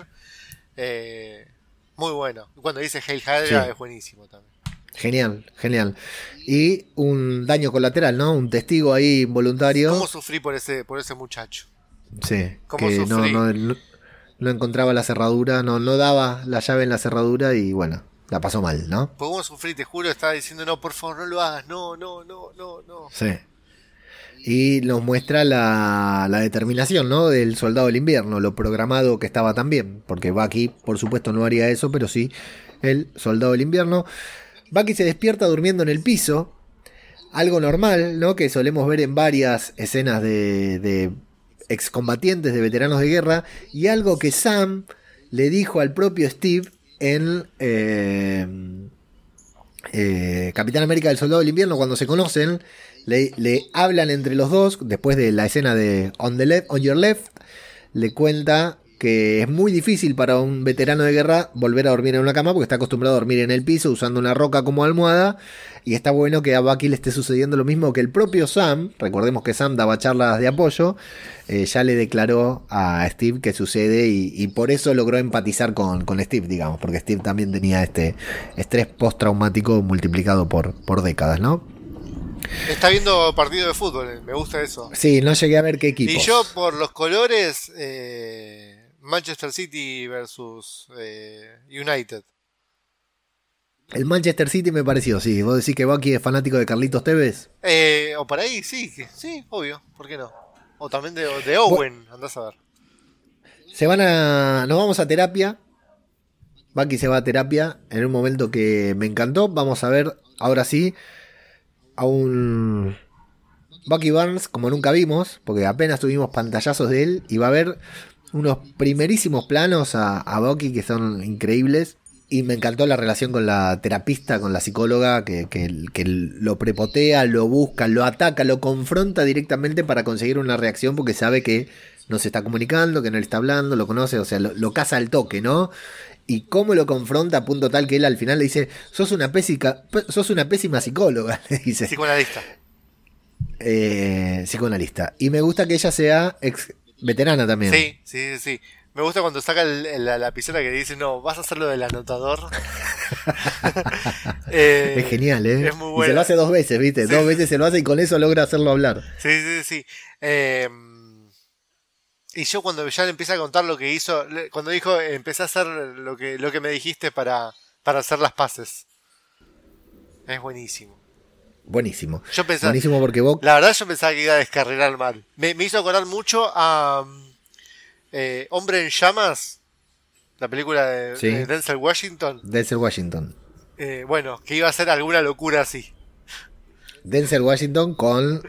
muy bueno. Cuando dice Hail Hydra es buenísimo también. Genial, genial. Y un daño colateral, ¿no? Un testigo ahí involuntario. ¿Cómo sufrí por ese muchacho? Sí, que no encontraba la cerradura, no daba la llave en la cerradura y bueno, la pasó mal, ¿no? Pues cómo sufrí, te juro, estaba diciendo, no, por favor, no lo hagas, no. Sí. Y nos muestra la determinación, ¿no? Del soldado del invierno, lo programado que estaba también, porque Bucky, por supuesto, no haría eso, pero sí el soldado del invierno. Bucky se despierta durmiendo en el piso, algo normal, ¿no? Que solemos ver en varias escenas de excombatientes, de veteranos de guerra, y algo que Sam le dijo al propio Steve en Capitán América del Soldado del Invierno cuando se conocen, le hablan entre los dos, después de la escena de On Your Left, le cuenta que es muy difícil para un veterano de guerra volver a dormir en una cama porque está acostumbrado a dormir en el piso usando una roca como almohada, y está bueno que a Bucky le esté sucediendo lo mismo que el propio Sam. Recordemos que Sam daba charlas de apoyo, ya le declaró a Steve que sucede y por eso logró empatizar con Steve, digamos, porque Steve también tenía este estrés postraumático multiplicado por décadas, ¿no? Está viendo partido de fútbol, me gusta eso. Sí, no llegué a ver qué equipo. Y yo por los colores... Manchester City versus United. El Manchester City me pareció, sí. ¿Vos decís que Bucky es fanático de Carlitos Tevez? O por ahí, sí, obvio, ¿por qué no? O también de Owen, andás a ver. Nos vamos a terapia. Bucky se va a terapia en un momento que me encantó. Vamos a ver, ahora sí, a un Bucky Barnes como nunca vimos, porque apenas tuvimos pantallazos de él, y va a haber unos primerísimos planos a Bucky que son increíbles. Y me encantó la relación con la terapista, con la psicóloga, que lo prepotea, lo busca, lo ataca, lo confronta directamente para conseguir una reacción, porque sabe que no se está comunicando, que no le está hablando, lo conoce, o sea, lo caza al toque, ¿no? Y cómo lo confronta a punto tal que él al final le dice, sos una pésima psicóloga, le dice. Psicoanalista. Psicoanalista. Y me gusta que ella sea veterana también. Sí. Me gusta cuando saca la lapicera que dice, no, vas a hacer lo del anotador. Es genial, ¿eh? Es muy bueno. Y se lo hace 2 veces, ¿viste? Sí. 2 veces se lo hace y con eso logra hacerlo hablar. Sí. Y yo cuando ya le empecé a contar lo que hizo, cuando dijo, empecé a hacer lo que me dijiste para hacer las paces. Es buenísimo. Buenísimo. Yo pensaba, buenísimo porque vos... La verdad yo pensaba que iba a descarrilar mal. Me hizo acordar mucho a Hombre en Llamas, la película de Denzel Washington. Denzel Washington. Bueno, que iba a ser alguna locura así. Denzel Washington con...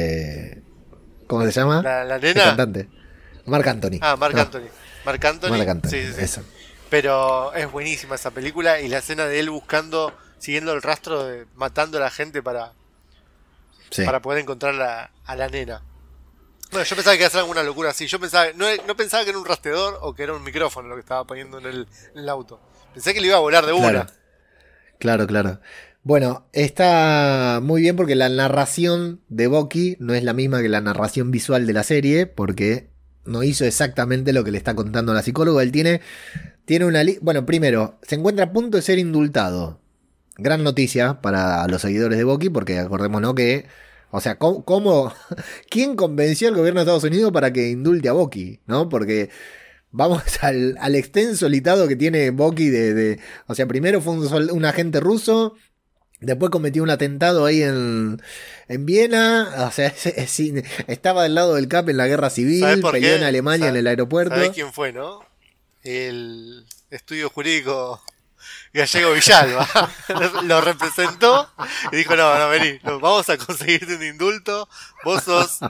¿cómo se llama? La nena. El cantante. Marc Anthony. Marc Anthony. Marc Anthony. Sí. Eso. Pero es buenísima esa película y la escena de él siguiendo el rastro, matando a la gente para poder encontrar a la nena. Bueno, yo pensaba que iba a ser alguna locura así. Yo pensaba, no pensaba que era un rastreador o que era un micrófono lo que estaba poniendo en el auto. Pensé que le iba a volar de una. Claro. Bueno, está muy bien porque la narración de Bucky no es la misma que la narración visual de la serie, porque no hizo exactamente lo que le está contando la psicóloga. Él tiene una... Bueno, primero, se encuentra a punto de ser indultado. Gran noticia para los seguidores de Bucky, porque acordémonos que... O sea, ¿quién convenció al gobierno de Estados Unidos para que indulte a Bucky? ¿No? Porque vamos al extenso litado que tiene Bucky o sea, primero fue un agente ruso, después cometió un atentado ahí en Viena, o sea, estaba del lado del Cap en la guerra civil, peleó en Alemania en el aeropuerto. ¿Sabés quién fue, no? El estudio jurídico Gallego Villalba lo representó y dijo, no, vení, vamos a conseguirte un indulto, vos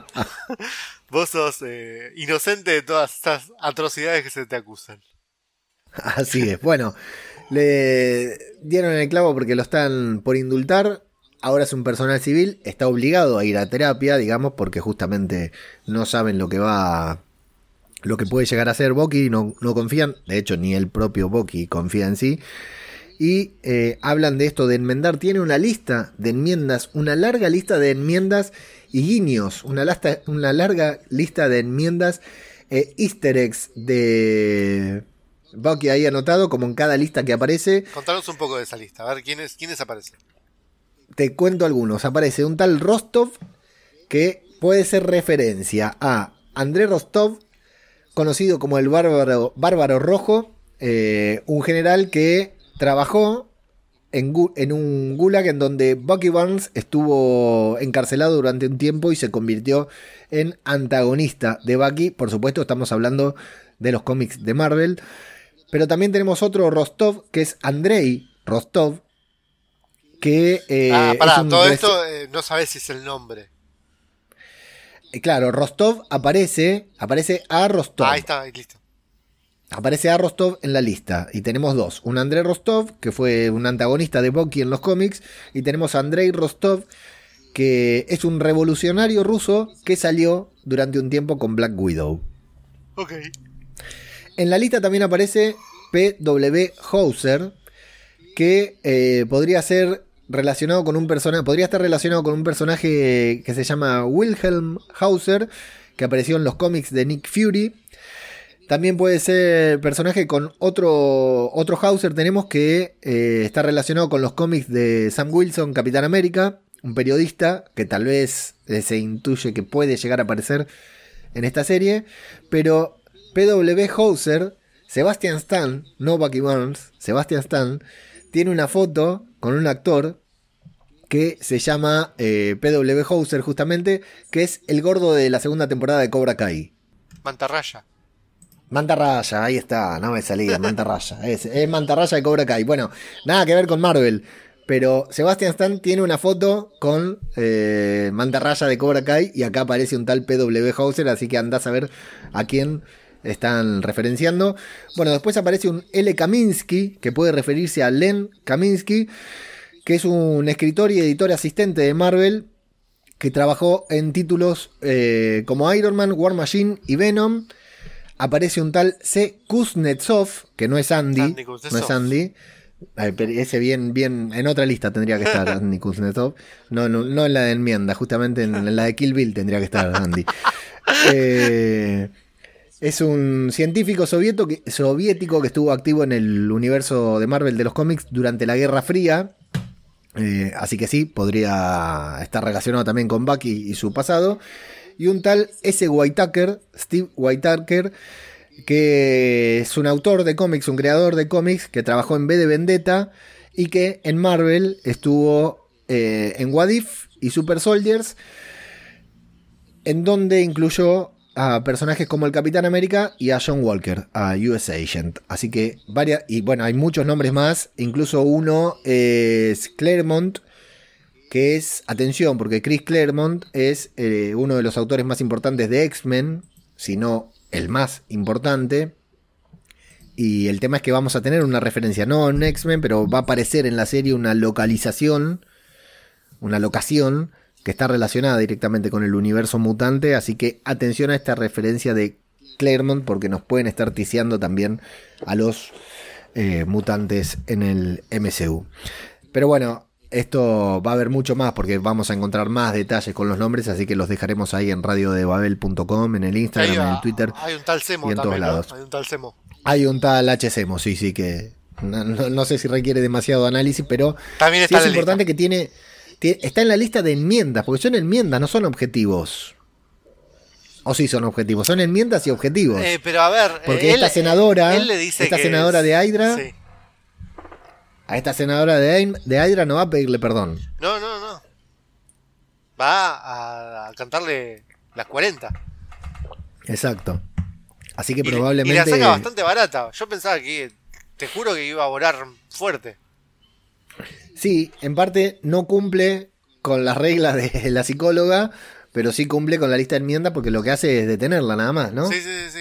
sos inocente de todas estas atrocidades que se te acusan. Así es. Bueno, le dieron el clavo porque lo están por indultar. Ahora es un personal civil, está obligado a ir a terapia, digamos, porque justamente no saben lo que va lo que puede llegar a ser Bucky, no confían, de hecho ni el propio Bucky confía en sí, y hablan de esto de enmendar, tiene una lista de enmiendas, una larga lista de enmiendas y guiños, una larga lista de enmiendas easter eggs de Bucky ahí anotado, como en cada lista que aparece. Contanos un poco de esa lista, a ver quiénes aparecen. Te cuento algunos, aparece un tal Rostov, que puede ser referencia a Andrei Rostov, conocido como el Bárbaro Rojo, un general que trabajó en un gulag en donde Bucky Barnes estuvo encarcelado durante un tiempo y se convirtió en antagonista de Bucky. Por supuesto, estamos hablando de los cómics de Marvel. Pero también tenemos otro Rostov, que es Andrei Rostov, que todo esto no sabes si es el nombre. Claro, Rostov aparece a Rostov. Ahí está, listo. Aparece a Rostov en la lista. Y tenemos dos. Un Andrei Rostov, que fue un antagonista de Bucky en los cómics. Y tenemos a Andrei Rostov, que es un revolucionario ruso que salió durante un tiempo con Black Widow. Ok. En la lista también aparece P.W. Hauser, que podría ser relacionado con un personaje, podría estar relacionado con un personaje que se llama Wilhelm Hauser, que apareció en los cómics de Nick Fury. También puede ser personaje con otro Hauser, tenemos que está relacionado con los cómics de Sam Wilson, Capitán América, un periodista que tal vez se intuye que puede llegar a aparecer en esta serie. Pero P.W. Hauser, Sebastian Stan, no Bucky Barnes, Sebastian Stan, tiene una foto con un actor que se llama P.W. Hauser justamente, que es el gordo de la segunda temporada de Cobra Kai. Mantarraya, ahí está, no me salía, Mantarraya. Es Mantarraya de Cobra Kai. Bueno, nada que ver con Marvel, pero Sebastian Stan tiene una foto con Mantarraya de Cobra Kai y acá aparece un tal P.W. Hauser, así que andás a ver a quién están referenciando. Bueno, después aparece un L. Kaminsky, que puede referirse a Len Kaminsky, que es un escritor y editor asistente de Marvel, que trabajó en títulos como Iron Man, War Machine y Venom. Aparece un tal C. Kuznetsov, que no es Andy. No es Andy. Ese bien, en otra lista tendría que estar Andy Kuznetsov. No en la de enmienda, justamente en la de Kill Bill tendría que estar Andy. Es un científico soviético que estuvo activo en el universo de Marvel de los cómics durante la Guerra Fría. Así que sí, podría estar relacionado también con Bucky y su pasado. Y un tal S. Whitaker, Steve Whitaker, que es un autor de cómics, un creador de cómics, que trabajó en V de Vendetta y que en Marvel estuvo en What If y Super Soldiers, en donde incluyó a personajes como el Capitán América y a John Walker, a US Agent. Así que hay muchos nombres más, incluso uno es Claremont, que es, atención, porque Chris Claremont es uno de los autores más importantes de X-Men, si no el más importante. Y el tema es que vamos a tener una referencia, no en X-Men, pero va a aparecer en la serie una locación que está relacionada directamente con el universo mutante, así que atención a esta referencia de Claremont, porque nos pueden estar ticiando también a los mutantes en el MCU. Pero bueno, esto va a haber mucho más, porque vamos a encontrar más detalles con los nombres, así que los dejaremos ahí en radiodebabel.com, en el Instagram, en el Twitter. Hay un tal Semo y en también, todos lados. ¿no? Hay un tal Semo. Hay un tal HCemo, sí, que no sé si requiere demasiado análisis, pero también sí es importante que está en la lista de enmiendas, porque son enmiendas, no son objetivos. O sí son objetivos, son enmiendas y objetivos. Pero a ver, porque esta senadora de Hydra, sí. A esta senadora de Hydra no va a pedirle perdón. No. Va a cantarle las 40. Exacto. Así que probablemente... Y la saca bastante barata. Yo pensaba que, te juro que iba a volar fuerte. Sí, en parte no cumple con las reglas de la psicóloga, pero sí cumple con la lista de enmiendas porque lo que hace es detenerla nada más, ¿no? Sí.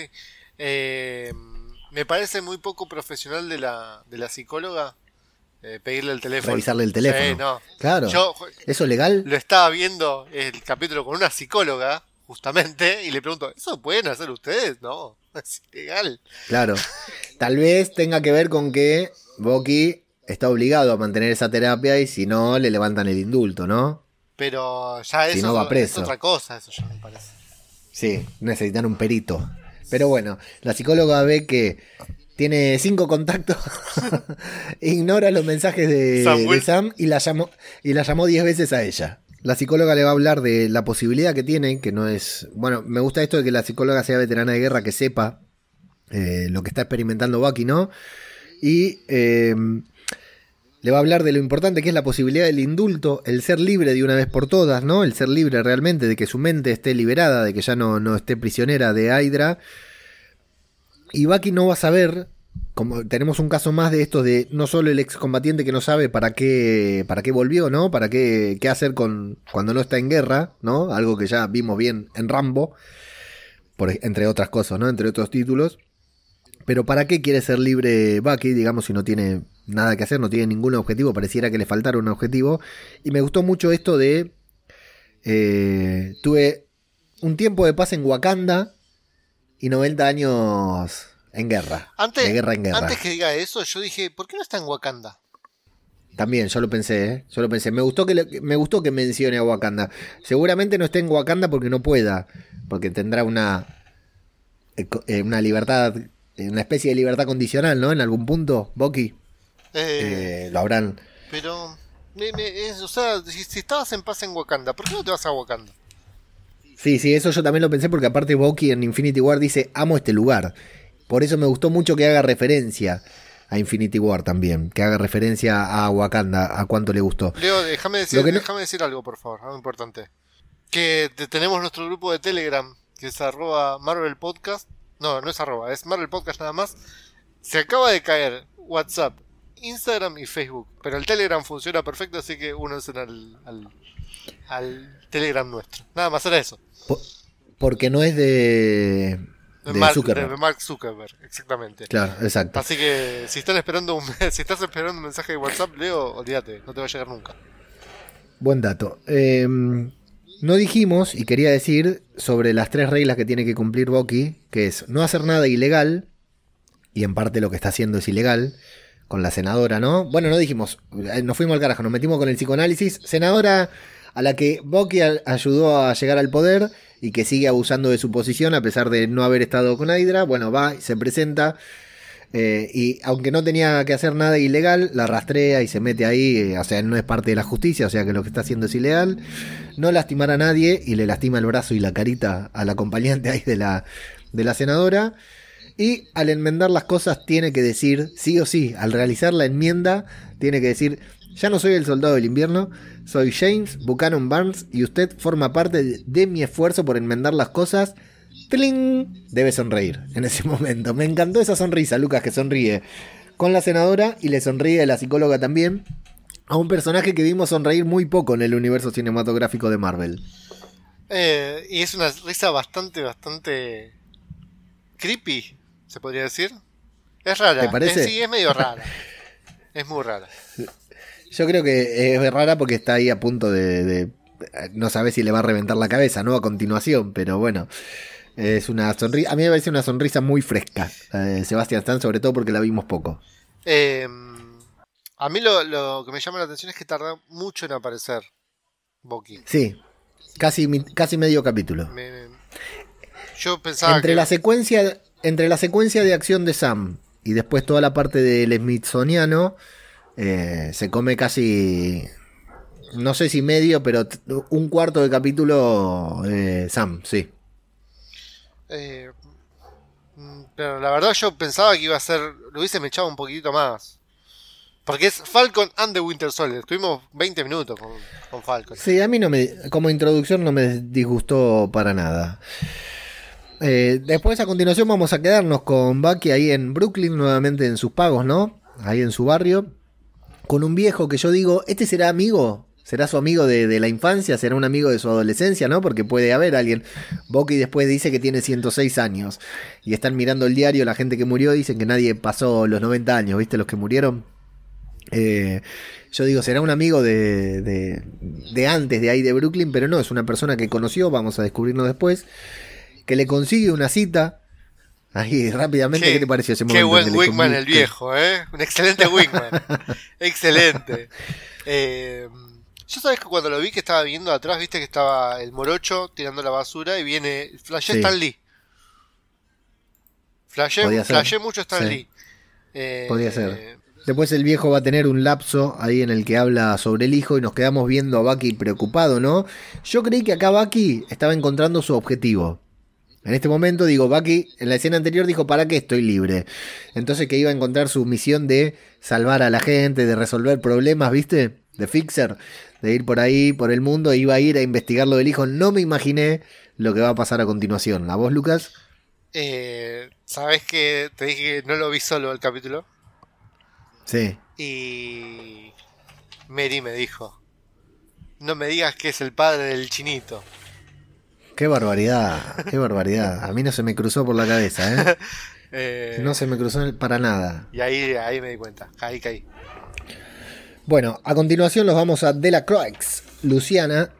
Me parece muy poco profesional de la psicóloga pedirle el teléfono. Revisarle el teléfono. Sí, no. Claro. ¿Eso es legal? Lo estaba viendo el capítulo con una psicóloga, justamente, y le pregunto, ¿eso pueden hacer ustedes? No. Es ilegal. Claro. Tal vez tenga que ver con que Bucky está obligado a mantener esa terapia y si no, le levantan el indulto, ¿no? Pero ya eso Si no, va preso. es otra cosa, eso ya me parece. Sí, necesitan un perito. Pero bueno, la psicóloga ve que tiene 5 contactos, ignora los mensajes de Sam y la llamó 10 veces a ella. La psicóloga le va a hablar de la posibilidad que tiene, que no es... Bueno, me gusta esto de que la psicóloga sea veterana de guerra, que sepa lo que está experimentando Bucky, ¿no? Y le va a hablar de lo importante que es la posibilidad del indulto, el ser libre de una vez por todas, ¿no? El ser libre realmente, de que su mente esté liberada, de que ya no esté prisionera de Hydra. Y Bucky no va a saber, como tenemos un caso más de estos de no solo el excombatiente que no sabe para qué volvió, ¿no? Para qué hacer cuando no está en guerra, ¿no? Algo que ya vimos bien en Rambo, entre otras cosas, ¿no? Entre otros títulos. Pero ¿para qué quiere ser libre Bucky, digamos, si no tiene nada que hacer, no tiene ningún objetivo? Pareciera que le faltara un objetivo. Y me gustó mucho esto de... tuve un tiempo de paz en Wakanda y 90 años en guerra. De guerra en guerra. Antes que diga eso, yo dije, ¿por qué no está en Wakanda? También, yo lo pensé, ¿eh? Yo lo pensé. Me gustó que mencione a Wakanda. Seguramente no esté en Wakanda porque no pueda. Porque tendrá una libertad... Una especie de libertad condicional, ¿no? En algún punto, Bucky. Lo habrán. Pero, o sea, si estabas en paz en Wakanda, ¿por qué no te vas a Wakanda? Sí, eso yo también lo pensé porque aparte Bucky en Infinity War dice, amo este lugar. Por eso me gustó mucho que haga referencia a Infinity War también. Que haga referencia a Wakanda, a cuánto le gustó. Leo, déjame decir algo, por favor, algo importante. Que tenemos nuestro grupo de Telegram, que es @MarvelPodcast. No es @, es Marvel Podcast nada más. Se acaba de caer WhatsApp, Instagram y Facebook. Pero el Telegram funciona perfecto, así que únanse al Telegram nuestro. Nada más era eso. Porque no es de Zuckerberg. De Mark Zuckerberg, exactamente. Claro, exacto. Así que si estás esperando un mensaje de WhatsApp, Leo, olvídate, no te va a llegar nunca. Buen dato. No dijimos, y quería decir, sobre las 3 reglas que tiene que cumplir Bucky, que es no hacer nada ilegal, y en parte lo que está haciendo es ilegal, con la senadora, ¿no? Bueno, no dijimos, nos fuimos al carajo, nos metimos con el psicoanálisis. Senadora a la que Bucky ayudó a llegar al poder y que sigue abusando de su posición a pesar de no haber estado con Hydra. Bueno, va y se presenta. Y aunque no tenía que hacer nada ilegal, la rastrea y se mete ahí, o sea, no es parte de la justicia, o sea que lo que está haciendo es ilegal. No lastimar a nadie y le lastima el brazo y la carita al acompañante ahí de la senadora. Y al enmendar las cosas tiene que decir, sí o sí, al realizar la enmienda, tiene que decir, ya no soy el soldado del invierno, soy James Buchanan Barnes y usted forma parte de mi esfuerzo por enmendar las cosas. ¡Tling! Debe sonreír en ese momento. Me encantó esa sonrisa, Lucas, que sonríe con la senadora y le sonríe la psicóloga también a un personaje que vimos sonreír muy poco en el universo cinematográfico de Marvel. Y es una risa bastante creepy, se podría decir. Es rara. ¿Te parece? Sí, es medio rara. Es muy rara. Yo creo que es rara porque está ahí a punto de no sabe si le va a reventar la cabeza, ¿no? A continuación, pero bueno. Es una sonrisa. A mí me parece una sonrisa muy fresca, Sebastian Stan, sobre todo porque la vimos poco. A mí lo que me llama la atención es que tarda mucho en aparecer Bucky. Sí, casi medio capítulo. Yo pensaba entre la secuencia de acción de Sam y después toda la parte del Smithsoniano, se come casi, no sé si medio, pero un cuarto de capítulo Sam, sí. Pero la verdad yo pensaba que iba a ser, lo hubiese echado un poquitito más. Porque es Falcon and the Winter Soldier. Estuvimos 20 minutos con Falcon. Sí, a mí como introducción no me disgustó para nada. Después a continuación vamos a quedarnos con Bucky ahí en Brooklyn, nuevamente en sus pagos, ¿no? Ahí en su barrio. Con un viejo que yo digo, ¿este será amigo? ¿Será su amigo de la infancia? ¿Será un amigo de su adolescencia? ¿No? Porque puede haber alguien. Bucky después dice que tiene 106 años. Y están mirando el diario, la gente que murió, dicen que nadie pasó los 90 años, ¿viste? Los que murieron. Yo digo, será un amigo de antes, de ahí de Brooklyn, pero no, es una persona que conoció, vamos a descubrirnos después, que le consigue una cita Ahí, rápidamente, ¿qué te pareció ese momento? Qué buen wingman el viejo, ¿eh? Un excelente wingman. Excelente. Yo sabés que cuando lo vi que estaba viendo atrás, viste que estaba el morocho tirando la basura y viene... Flashé Stan Lee. Flashé mucho Stan Lee. Podría ser. Después el viejo va a tener un lapso ahí en el que habla sobre el hijo y nos quedamos viendo a Bucky preocupado, ¿no? Yo creí que acá Bucky estaba encontrando su objetivo. En este momento, digo, Bucky en la escena anterior dijo, ¿para qué estoy libre? Entonces que iba a encontrar su misión de salvar a la gente, de resolver problemas, ¿viste? De fixer, de ir por ahí, por el mundo, iba a ir a investigar lo del hijo. No me imaginé lo que va a pasar a continuación. ¿A vos, Lucas? ¿Sabés que te dije que no lo vi solo el capítulo? Sí. Y Mary me dijo, no me digas que es el padre del chinito. Qué barbaridad, qué barbaridad. A mí no se me cruzó por la cabeza, no se me cruzó para nada. Y ahí me di cuenta, ahí caí. Bueno, a continuación los vamos a Delacroix, Luisiana,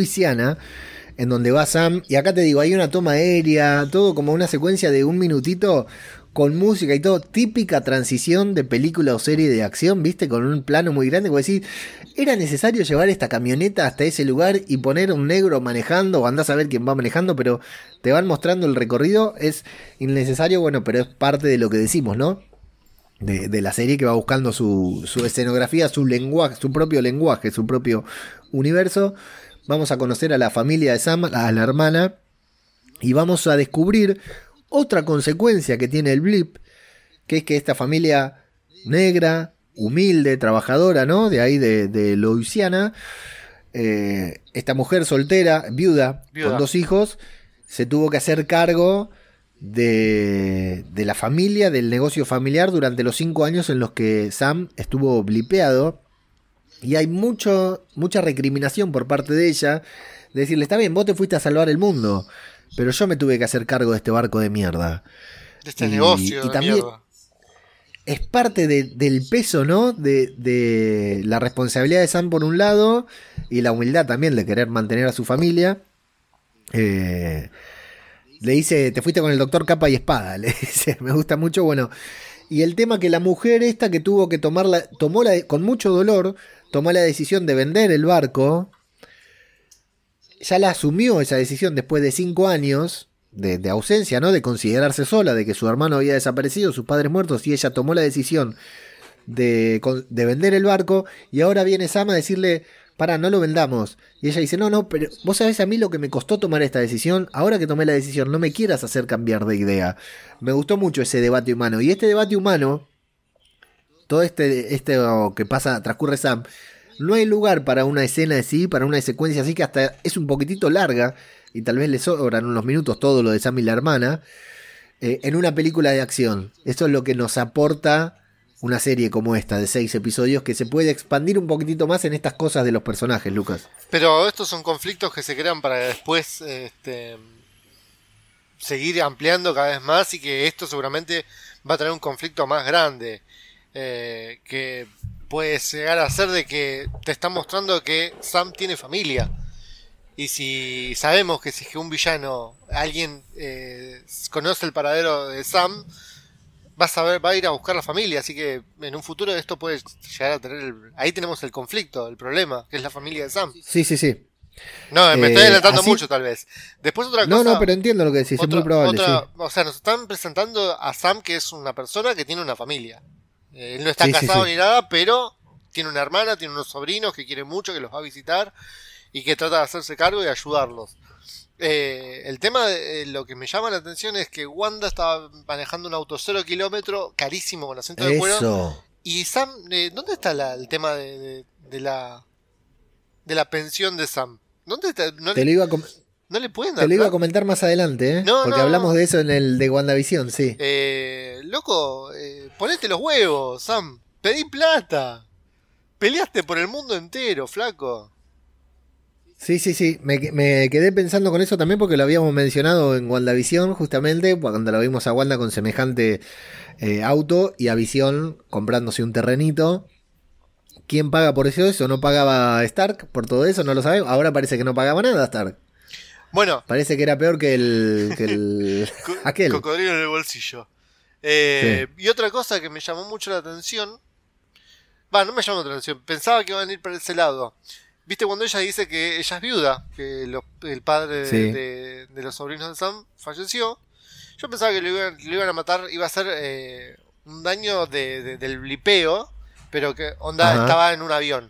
en donde va Sam. Y acá te digo, hay una toma aérea, todo como una secuencia de 1 minutito con música y todo, típica transición de película o serie de acción, ¿viste? Con un plano muy grande, como decir, ¿era necesario llevar esta camioneta hasta ese lugar y poner a un negro manejando? O andás a ver quién va manejando, pero te van mostrando el recorrido, es innecesario, bueno, pero es parte de lo que decimos, ¿no? De la serie que va buscando su escenografía, su lenguaje, su propio universo. Vamos a conocer a la familia de Sam, a la hermana, y vamos a descubrir otra consecuencia que tiene el blip, que es que esta familia negra, humilde, trabajadora, ¿no? De ahí de Louisiana, esta mujer soltera, viuda, con 2 hijos, se tuvo que hacer cargo de la familia, del negocio familiar durante los 5 años en los que Sam estuvo blipeado. Y hay mucha recriminación por parte de ella, de decirle, está bien, vos te fuiste a salvar el mundo, pero yo me tuve que hacer cargo de este barco de mierda. De este negocio de también mierda. Es parte del peso, ¿no? De la responsabilidad de Sam por un lado, y la humildad también de querer mantener a su familia. Le dice, te fuiste con el doctor capa y espada, le dice, me gusta mucho, bueno. Y el tema que la mujer esta que tuvo que con mucho dolor, tomó la decisión de vender el barco, ya la asumió esa decisión después de 5 años de ausencia, ¿no? De considerarse sola, de que su hermano había desaparecido, sus padres muertos, y ella tomó la decisión de vender el barco, y ahora viene Sam a decirle, pará, no lo vendamos. Y ella dice, no, pero vos sabés a mí lo que me costó tomar esta decisión, ahora que tomé la decisión, no me quieras hacer cambiar de idea. Me gustó mucho ese debate humano, y este debate humano, todo este que transcurre Sam, no hay lugar para una escena así, para una secuencia así, que hasta es un poquitito larga, y tal vez le sobran unos minutos todo lo de Sam y la hermana, en una película de acción. Eso es lo que nos aporta una serie como esta, de 6 episodios, que se puede expandir un poquitito más en estas cosas de los personajes, Lucas. Pero estos son conflictos que se crean para después seguir ampliando cada vez más, y que esto seguramente va a tener un conflicto más grande, que puede llegar a ser de que te están mostrando que Sam tiene familia. Y si sabemos que si un villano, alguien conoce el paradero de Sam, va a ir a buscar la familia. Así que en un futuro esto puede llegar a tener... Ahí tenemos el conflicto, el problema, que es la familia de Sam. Sí. No, me estoy adelantando mucho tal vez. Después otra cosa... No, pero entiendo lo que decís, es muy probable. Sí. O sea, nos están presentando a Sam, que es una persona que tiene una familia. Él no está casado ni nada, pero tiene una hermana, tiene unos sobrinos que quiere mucho, que los va a visitar y que trata de hacerse cargo y ayudarlos. El tema de lo que me llama la atención es que Wanda estaba manejando un auto 0 kilómetro carísimo con asiento de cuero. Y Sam, ¿dónde está el tema de la pensión de Sam? ¿Dónde está? No le pueden dar. Te lo iba a comentar más adelante, porque hablamos de eso en el de WandaVision, sí. Loco, ponete los huevos, Sam. Pedí plata. Peleaste por el mundo entero, flaco. Sí. Me quedé pensando con eso también, porque lo habíamos mencionado en WandaVision, justamente, cuando lo vimos a Wanda con semejante auto, y a Visión comprándose un terrenito. ¿Quién paga por eso? ¿No pagaba Stark por todo eso? No lo sabemos. Ahora parece que no pagaba nada Stark. Bueno. Parece que era peor que el aquel. Cocodrilo en el bolsillo. Sí. Y otra cosa que me llamó mucho la atención. No me llamó la atención. Pensaba que iban a ir por ese lado. ¿Viste cuando ella dice que ella es viuda? Que el padre Sí. de los sobrinos de Sam falleció. Yo pensaba que lo iban a matar. Iba a ser un daño del blipeo. Pero que Ajá. estaba en un avión.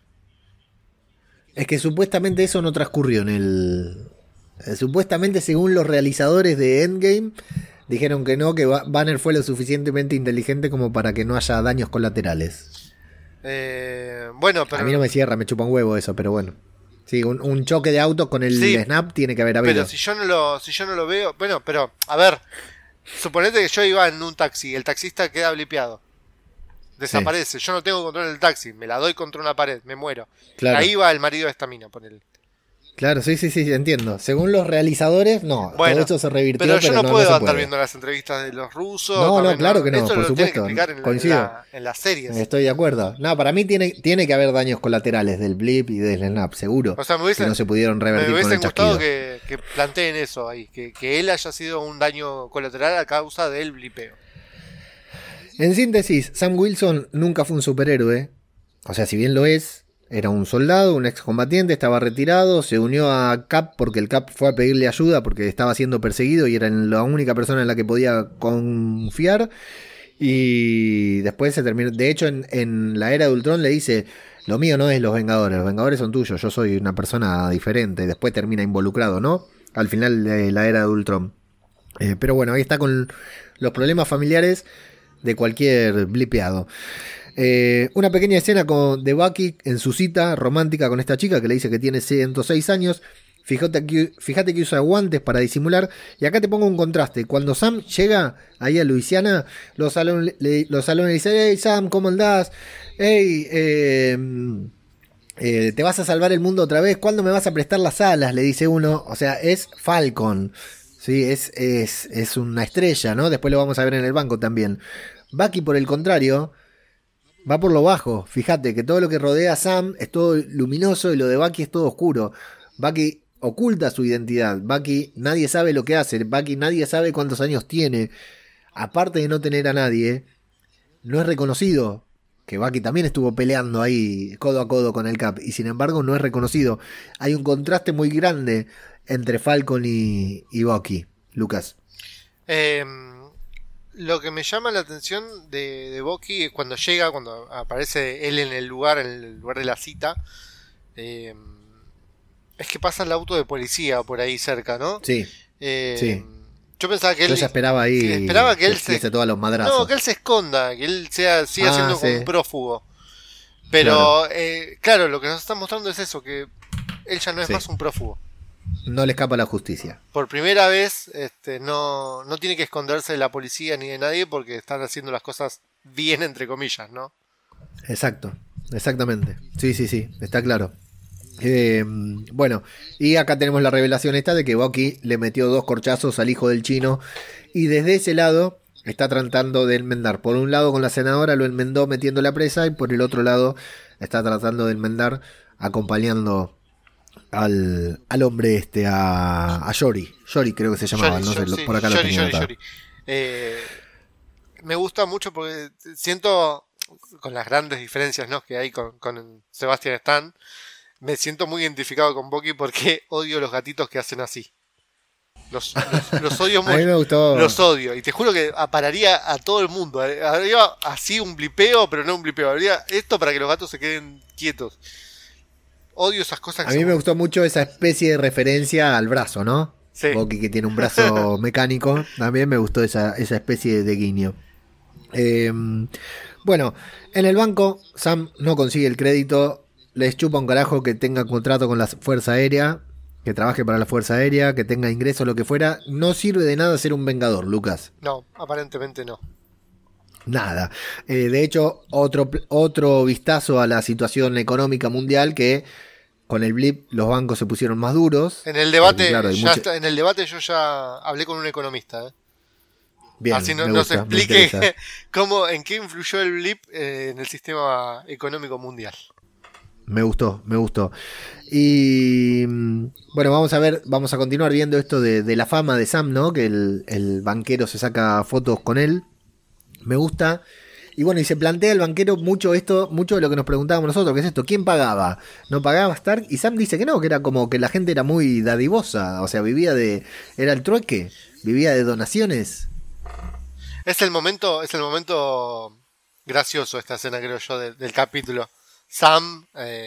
Es que supuestamente eso no transcurrió en el... Supuestamente, según los realizadores de Endgame, dijeron que no, que Banner fue lo suficientemente inteligente como para que no haya daños colaterales. Bueno, pero... A mí no me cierra, me chupa un huevo eso, pero bueno. Sí, un choque de auto con el Sí, snap tiene que haber habido. pero si yo no lo veo... Bueno, pero, a ver... Suponete que yo iba en un taxi, el taxista queda blipeado. Desaparece, yo no tengo control del taxi, me la doy contra una pared, me muero. Claro. Ahí va el marido de esta mina, ponele. Claro, sí, entiendo. Según los realizadores, no, Bueno, todo eso se revirtió, pero yo no puedo se andar puede. viendo las entrevistas de los rusos. No, también claro que no, esto por lo tienen que supuesto, explicar coincido. en las series. Estoy de acuerdo. No, para mí tiene que haber daños colaterales del blip y del snap, seguro. O sea, que no se pudieron me revertir con hubiese el gustado chasquido. que planteen eso ahí, que él haya sido un daño colateral a causa del blipeo. En síntesis, Sam Wilson nunca fue un superhéroe. O sea, si bien lo es, era un soldado, un excombatiente, estaba retirado, se unió a Cap porque el Cap fue a pedirle ayuda porque estaba siendo perseguido y era la única persona en la que podía confiar. Y después se terminó. De hecho, en la era de Ultron le dice: lo mío no es los Vengadores son tuyos, yo soy una persona diferente. Después termina involucrado, ¿no? Al final de la era de Ultron. Pero bueno, ahí está con los problemas familiares de cualquier blipeado. Una pequeña escena de Bucky en su cita romántica con esta chica que le dice que tiene 106 años. Fíjate que usa guantes para disimular. Y acá te pongo un contraste. Cuando Sam llega ahí a Luisiana, los salones le dicen: hey Sam, ¿cómo andás? Hey, te vas a salvar el mundo otra vez. ¿Cuándo me vas a prestar las alas? Le dice uno. O sea, es Falcon. Sí, es una estrella, ¿no? Después lo vamos a ver en el banco también. Bucky, por el contrario, va por lo bajo. Fíjate que todo lo que rodea a Sam es todo luminoso y lo de Bucky es todo oscuro. Bucky oculta su identidad. Bucky nadie sabe lo que hace. Bucky nadie sabe cuántos años tiene. Aparte de no tener a nadie, no es reconocido. Que Bucky también estuvo peleando ahí codo a codo con el Cap. Y sin embargo no es reconocido. Hay un contraste muy grande entre Falcon y Bucky, Lucas. Lo que me llama la atención de Bucky es cuando aparece él en el lugar de la cita, es que pasa el auto de policía por ahí cerca, ¿no? Sí. Sí. Yo pensaba que él... Yo ya esperaba ahí que él se todos los madrazos. No, que él se esconda, que él siga siendo como un prófugo. Pero, claro, lo que nos está mostrando es eso, que él ya no es más un prófugo. No le escapa la justicia. Por primera vez no tiene que esconderse de la policía ni de nadie porque están haciendo las cosas bien, entre comillas, ¿no? Exacto, exactamente. Sí, está claro. Bueno, y acá tenemos la revelación esta de que Bucky le metió 2 corchazos al hijo del chino y desde ese lado está tratando de enmendar. Por un lado con la senadora lo enmendó metiéndola presa y por el otro lado está tratando de enmendar acompañando al hombre a Yori. Yori creo que se llamaba, no sé, por acá lo tenía anotado. Me gusta mucho porque siento, con las grandes diferencias, ¿no?, que hay con Sebastian Stan, me siento muy identificado con Bucky porque odio los gatitos que hacen así. Los odio mucho. A mí me gustó. Los odio. Y te juro que pararía a todo el mundo. Habría así un blipeo, pero no un blipeo. Habría esto para que los gatos se queden quietos. Odio esas cosas. A mí me gustó mucho esa especie de referencia al brazo, ¿no? Sí. Bucky, que tiene un brazo mecánico. También me gustó esa especie de guiño. Bueno, en el banco Sam no consigue el crédito. Les chupa un carajo que tenga contrato con la Fuerza Aérea, que trabaje para la Fuerza Aérea, que tenga ingreso, lo que fuera. No sirve de nada ser un vengador, Lucas. No, aparentemente no. Nada. De hecho, otro vistazo a la situación económica mundial, que con el blip los bancos se pusieron más duros. En el debate, claro, en el debate yo ya hablé con un economista. Bien, así nos explique en qué influyó el blip en el sistema económico mundial. Me gustó, me gustó. Y bueno, vamos a continuar viendo esto de la fama de Sam, ¿no? Que el banquero se saca fotos con él. Me gusta. Y bueno, y se plantea el banquero mucho de lo que nos preguntábamos nosotros, que es esto, ¿quién pagaba? ¿No pagaba Stark? Y Sam dice que no, que era como que la gente era muy dadivosa, o sea, era el trueque, vivía de donaciones. Es el momento gracioso esta escena, creo yo, del capítulo. Sam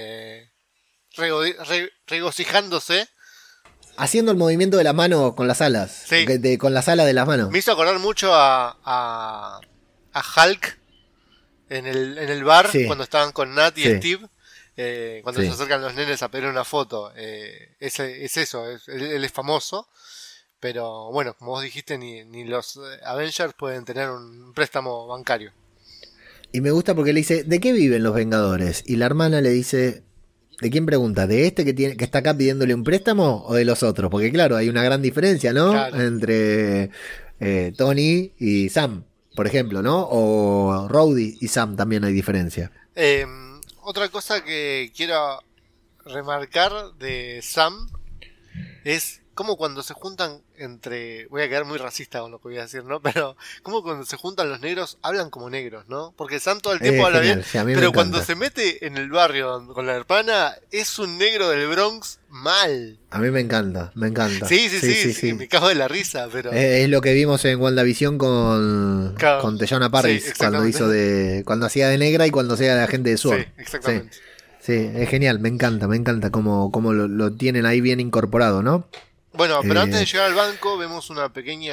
regocijándose. Haciendo el movimiento de la mano con las alas, Sí. Con las alas de las manos. Me hizo acordar mucho a Hulk en el bar, Sí. cuando estaban con Nat y Sí. Steve, cuando Sí. se acercan los nenes a pedir una foto. Es eso, él es famoso, pero bueno, como vos dijiste, ni los Avengers pueden tener un préstamo bancario. Y me gusta porque le dice, ¿de qué viven los Vengadores? Y la hermana le dice, ¿de quién pregunta? ¿De este que está acá pidiéndole un préstamo o de los otros? Porque claro, hay una gran diferencia, ¿no? Claro. Entre Tony y Sam, por ejemplo, ¿no? O Rhodey y Sam también hay diferencia. Otra cosa que quiero remarcar de Sam es como cuando se juntan voy a quedar muy racista con lo que voy a decir, ¿no? Pero como cuando se juntan los negros hablan como negros, ¿no? Porque Sam todo el tiempo habla genial, bien, sí, a mí me pero encanta. cuando se mete en el barrio con la hermana es un negro del Bronx mal. A mí me encanta, me encanta. Sí, me cago de la risa, pero Es lo que vimos en WandaVision Claro. con Teyana Parris, Sí, cuando exactamente. cuando hacía de negra y cuando hacía de agente de SWORD. sí, exactamente. Sí, es genial, me encanta cómo lo tienen ahí bien incorporado, ¿no? Bueno, pero antes de Eh, llegar al banco vemos un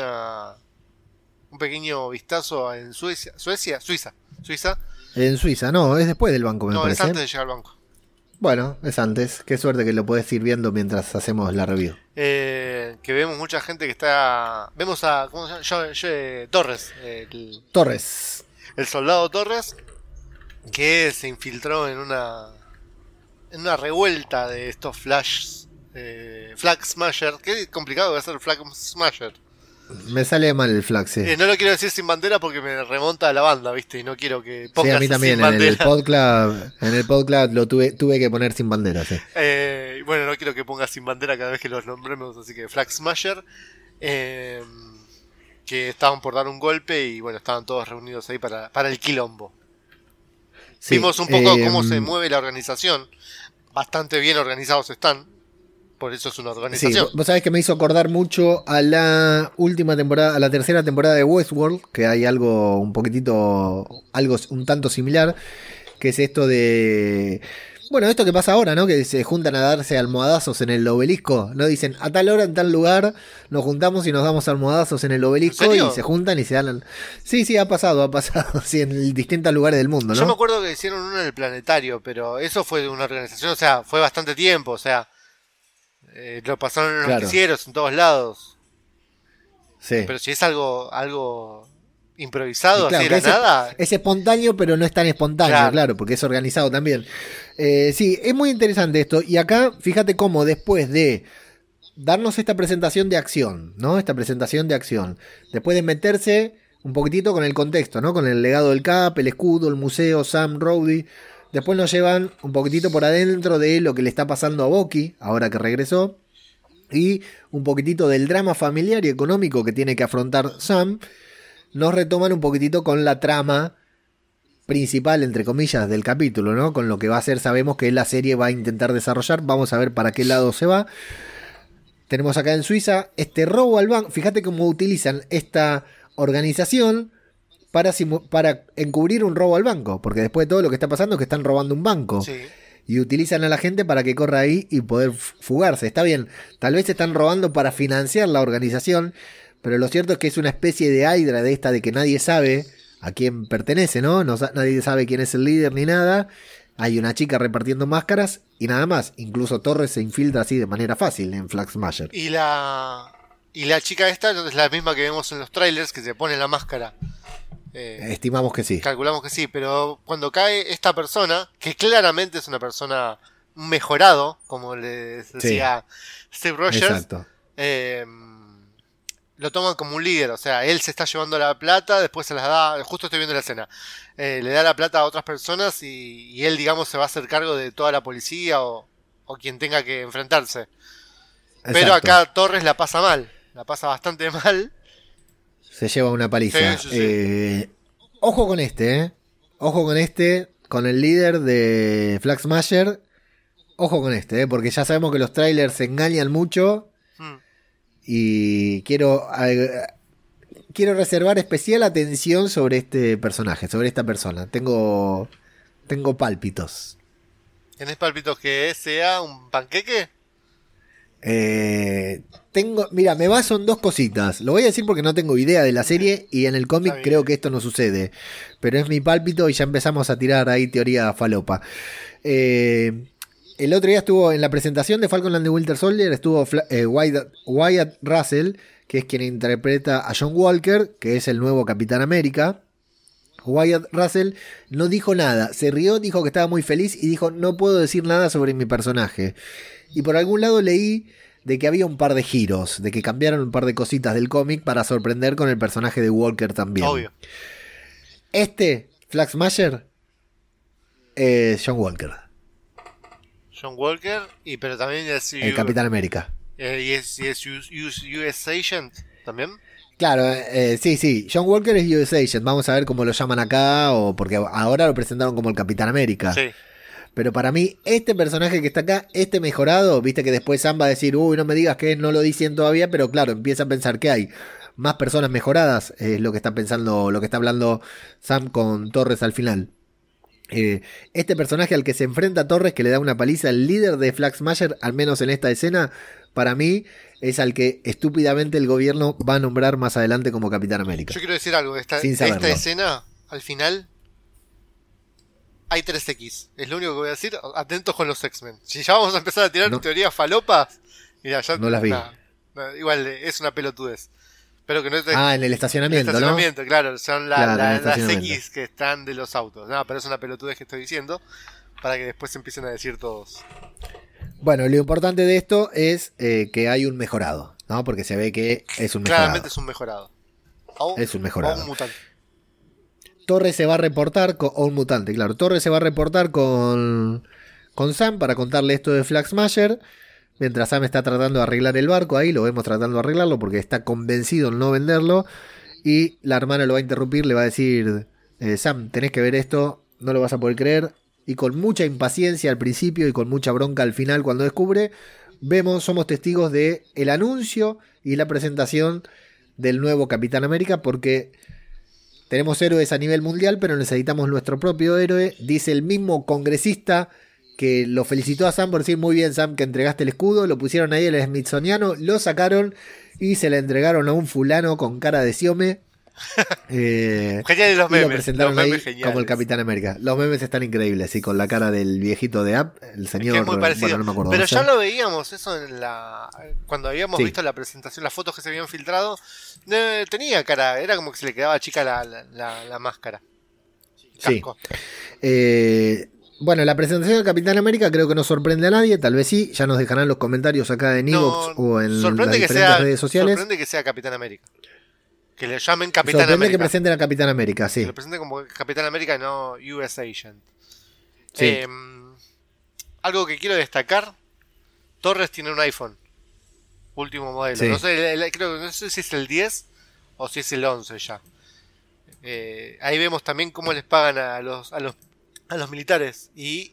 pequeño vistazo en Suiza. En Suiza, no, es después del banco, me No, es parece. antes de llegar al banco. Bueno, es antes. Qué suerte que lo podés ir viendo mientras hacemos la review. Que vemos mucha gente que está... Vemos a... ¿Cómo se llama? Torres. Torres. El soldado Torres. Que se infiltró en una revuelta de estos Flag Smasher. Qué complicado que va a ser Flag Smasher. Me sale mal el flag, sí. No lo quiero decir sin bandera porque me remonta a la banda, ¿viste? Y no quiero que Sí, pongas a mí también. sin En el bandera. podclub lo tuve que poner sin bandera, sí. Bueno, no quiero que pongas sin bandera cada vez que los nombremos, así que Flag Smasher. Que estaban por dar un golpe y bueno, estaban todos reunidos ahí para el quilombo. Sí, Vimos un poco cómo se mueve la organización. Bastante bien organizados están. Por eso es una Sí, organización. vos sabés que me hizo acordar mucho a la última temporada, a la tercera temporada de Westworld, que hay algo un tanto similar, que es esto de... Bueno, esto que pasa ahora, ¿no? Que se juntan a darse almohadazos en el obelisco, ¿no? Dicen, a tal hora, en tal lugar, nos juntamos y nos damos almohadazos en el obelisco. ¿En serio? Y se juntan y se dan... Sí, ha pasado, sí, en distintos lugares del mundo, ¿no? Yo me acuerdo que hicieron uno en el planetario, pero eso fue de una organización, o sea, fue bastante tiempo, o sea... lo pasaron en los Claro. noticieros en todos lados. Sí. Pero si es algo improvisado, Y claro, así de la que nada. es espontáneo, pero no es tan espontáneo, Claro. claro, porque es organizado también. Sí, es muy interesante esto. Y acá, fíjate cómo después de darnos esta presentación de acción, ¿no? Esta presentación de acción. Después de meterse un poquitito con el contexto, ¿no? Con el legado del Cap, el escudo, el museo, Sam, Rhodey. Después nos llevan un poquitito por adentro de lo que le está pasando a Bucky, ahora que regresó. Y un poquitito del drama familiar y económico que tiene que afrontar Sam. Nos retoman un poquitito con la trama principal, entre comillas, del capítulo, ¿no? Con lo que va a ser, sabemos que la serie va a intentar desarrollar. Vamos a ver para qué lado se va. Tenemos acá en Suiza este robo al banco. Fíjate cómo utilizan esta organización para encubrir un robo al banco. Porque después de todo lo que está pasando es que están robando un banco. Sí. Y utilizan a la gente para que corra ahí y poder fugarse. Está bien, tal vez están robando para financiar la organización, pero lo cierto es que es una especie de Hydra de esta de que nadie sabe a quién pertenece, ¿no? Nadie sabe quién es el líder ni nada. Hay una chica repartiendo máscaras y nada más. Incluso Torres se infiltra así de manera fácil en Flag Smasher. Y la chica esta es la misma que vemos en los trailers, que se pone la máscara. Estimamos que sí. Calculamos que sí, pero cuando cae esta persona, que claramente es una persona mejorado, como les decía Steve Rogers, Exacto. lo toman como un líder, o sea, él se está llevando la plata, después se las da, justo estoy viendo la escena, le da la plata a otras personas y él, digamos, se va a hacer cargo de toda la policía o quien tenga que enfrentarse. Exacto. Pero acá Torres la pasa mal, la pasa bastante mal. Se lleva una paliza. Sí. Ojo con Ojo con con el líder de Flag Smasher. Ojo con porque ya sabemos que los trailers se engañan mucho. Y quiero reservar especial atención sobre este personaje, sobre esta persona. Tengo pálpitos. ¿Tenés pálpitos que sea un panqueque? Mira, me baso en dos cositas. Lo voy a decir porque no tengo idea de la serie y en el cómic creo que esto no sucede. Pero es mi pálpito y ya empezamos a tirar ahí teoría falopa. El otro día estuvo en la presentación de Falcon and the Winter Soldier, estuvo Wyatt Russell, que es quien interpreta a John Walker, que es el nuevo Capitán América. Wyatt Russell no dijo nada, se rió, dijo que estaba muy feliz y dijo: no puedo decir nada sobre mi personaje. Y por algún lado leí de que había un par de giros, de que cambiaron un par de cositas del cómic para sorprender con el personaje de Walker también. Obvio. Flag Smasher, John Walker. John Walker, pero también es el Capitán América. ¿Y es US Agent también? Claro, sí. John Walker es US Agent. Vamos a ver cómo lo llaman acá, porque ahora lo presentaron como el Capitán América. Sí. Pero para mí, este personaje que está acá, mejorado, viste que después Sam va a decir: uy, no me digas que no lo dicen todavía, pero claro, empieza a pensar que hay más personas mejoradas, es lo que está pensando, lo que está hablando Sam con Torres al final. Este personaje al que se enfrenta Torres, que le da una paliza, el líder de Flag Smasher, al menos en esta escena, para mí es al que estúpidamente el gobierno va a nombrar más adelante como Capitán América. Yo quiero decir algo, esta escena, al final, hay 3X, es lo único que voy a decir. Atentos con los X-Men. Si ya vamos a empezar a tirar teorías falopas, mira, ya no las vi. Igual es una pelotudez. Pero que no es en el estacionamiento, ¿no? Claro, son las X que están de los autos. No, pero es una pelotudez que estoy diciendo para que después empiecen a decir todos. Bueno, lo importante de esto es que hay un mejorado, ¿no? Porque se ve que es un mejorado. Claramente es un mejorado. Es un mejorado. O un mutante. Torres se va a reportar o un mutante, claro. Torres se va a reportar con Sam para contarle esto de Flag Smasher. Mientras Sam está tratando de arreglar el barco ahí, lo vemos tratando de arreglarlo porque está convencido en no venderlo. Y la hermana lo va a interrumpir, le va a decir: Sam, tenés que ver esto, no lo vas a poder creer. Y con mucha impaciencia al principio y con mucha bronca al final cuando descubre, somos testigos de el anuncio y la presentación del nuevo Capitán América, porque tenemos héroes a nivel mundial, pero necesitamos nuestro propio héroe, dice el mismo congresista que lo felicitó a Sam por decir: muy bien, Sam, que entregaste el escudo. Lo pusieron ahí el Smithsoniano, lo sacaron y se le entregaron a un fulano con cara de siome. Geniales los memes. Lo presentaron ahí geniales. como el Capitán América. Los memes están increíbles, sí, con la cara del viejito de App, el señor. Es muy parecido. Bueno, no me acuerdo. Pero ya lo veíamos eso cuando habíamos visto la presentación, las fotos que se habían filtrado. Tenía cara, era como que se le quedaba chica la máscara. Casco. Sí. Bueno, la presentación del Capitán América creo que no sorprende a nadie, tal vez sí, ya nos dejarán los comentarios acá en Evox o en las diferentes redes sociales. Sorprende que sea Capitán América. Que le llamen Capitán América. Sorprende que presenten a Capitán América, sí. Que lo presenten como Capitán América y no US Agent. Sí. Algo que quiero destacar: Torres tiene un iPhone. Último modelo. Sí. No sé si es el 10 o si es el 11 ya. Ahí vemos también cómo les pagan a los militares. Y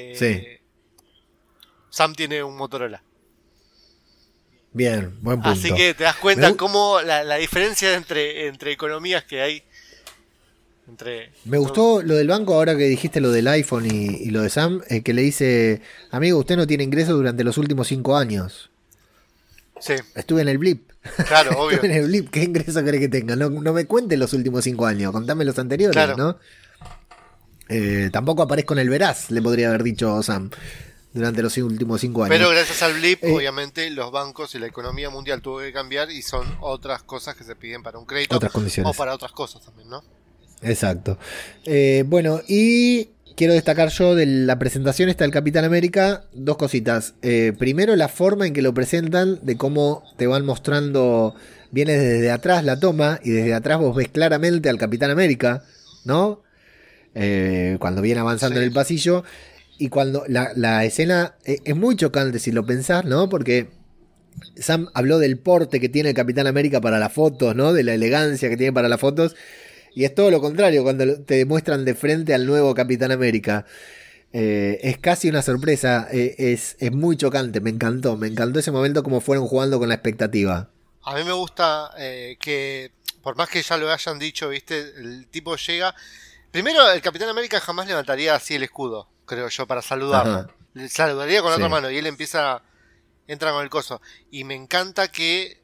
Sam tiene un Motorola. Bien, buen punto. Así que te das cuenta cómo la diferencia entre economías que hay. Me gustó lo del banco ahora que dijiste lo del iPhone y lo de Sam, que le dice: amigo, usted no tiene ingresos durante los últimos 5 años. Sí. Estuve en el blip. Claro, obvio. Estuve en el blip. ¿Qué ingreso querés que tenga? No me cuentes los últimos 5 años, contame los anteriores, claro. ¿No? Tampoco aparezco en el veraz, le podría haber dicho Sam, durante los últimos 5 años. Pero gracias al blip, obviamente, los bancos y la economía mundial tuvo que cambiar y son otras cosas que se piden para un crédito. Otras condiciones. O para otras cosas también, ¿no? Exacto. Bueno, y quiero destacar yo de la presentación esta del Capitán América 2 cositas. Primero, la forma en que lo presentan, de cómo te van mostrando viene desde atrás la toma y desde atrás vos ves claramente al Capitán América, ¿no? Cuando viene avanzando en el pasillo. Y cuando la escena es muy chocante si lo pensás, ¿no? Porque Sam habló del porte que tiene el Capitán América para las fotos, ¿no? De la elegancia que tiene para las fotos. Y es todo lo contrario cuando te muestran de frente al nuevo Capitán América. Es casi una sorpresa. Es muy chocante. Me encantó ese momento como fueron jugando con la expectativa. A mí me gusta que, por más que ya lo hayan dicho, ¿viste? El tipo llega... Primero, el Capitán América jamás levantaría así el escudo, creo yo, para saludarlo. Ajá. Le saludaría con la otra Sí. mano y él entra con el coso. Y me encanta que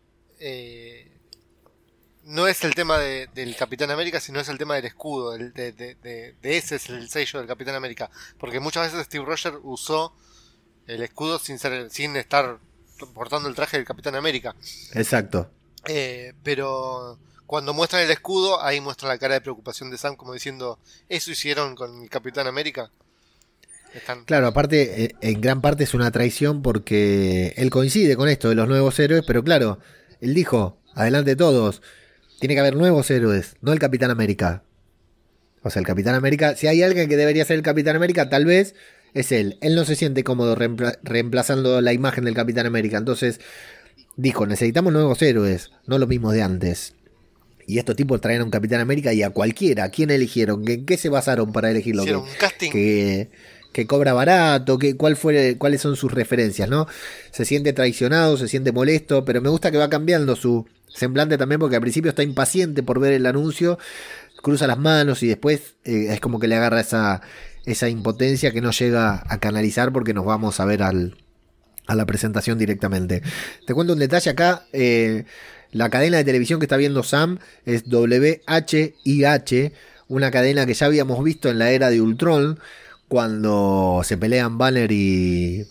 no es el tema del Capitán América, sino es el tema del escudo. De ese es el sello del Capitán América. Porque muchas veces Steve Rogers usó el escudo sin estar portando el traje del Capitán América. Exacto. Pero cuando muestran el escudo, ahí muestran la cara de preocupación de Sam, como diciendo, ¿eso hicieron con el Capitán América? Claro, aparte, en gran parte es una traición porque él coincide con esto de los nuevos héroes, pero claro, él dijo, adelante todos, tiene que haber nuevos héroes, no el Capitán América. O sea, el Capitán América, si hay alguien que debería ser el Capitán América, tal vez es él. Él no se siente cómodo reemplazando la imagen del Capitán América, entonces dijo, necesitamos nuevos héroes, no los mismos de antes. Y estos tipos traen a un Capitán América y a cualquiera. ¿A quién eligieron? ¿En qué se basaron para elegirlo? Hicieron un casting. Que cobra barato, cuáles son sus referencias, ¿no? Se siente traicionado, se siente molesto, pero me gusta que va cambiando su semblante también, porque al principio está impaciente por ver el anuncio, cruza las manos y después es como que le agarra esa impotencia que no llega a canalizar porque nos vamos a ver a la presentación directamente. Te cuento un detalle acá. La cadena de televisión que está viendo Sam es WHIH, una cadena que ya habíamos visto en la era de Ultron, cuando se pelean Banner y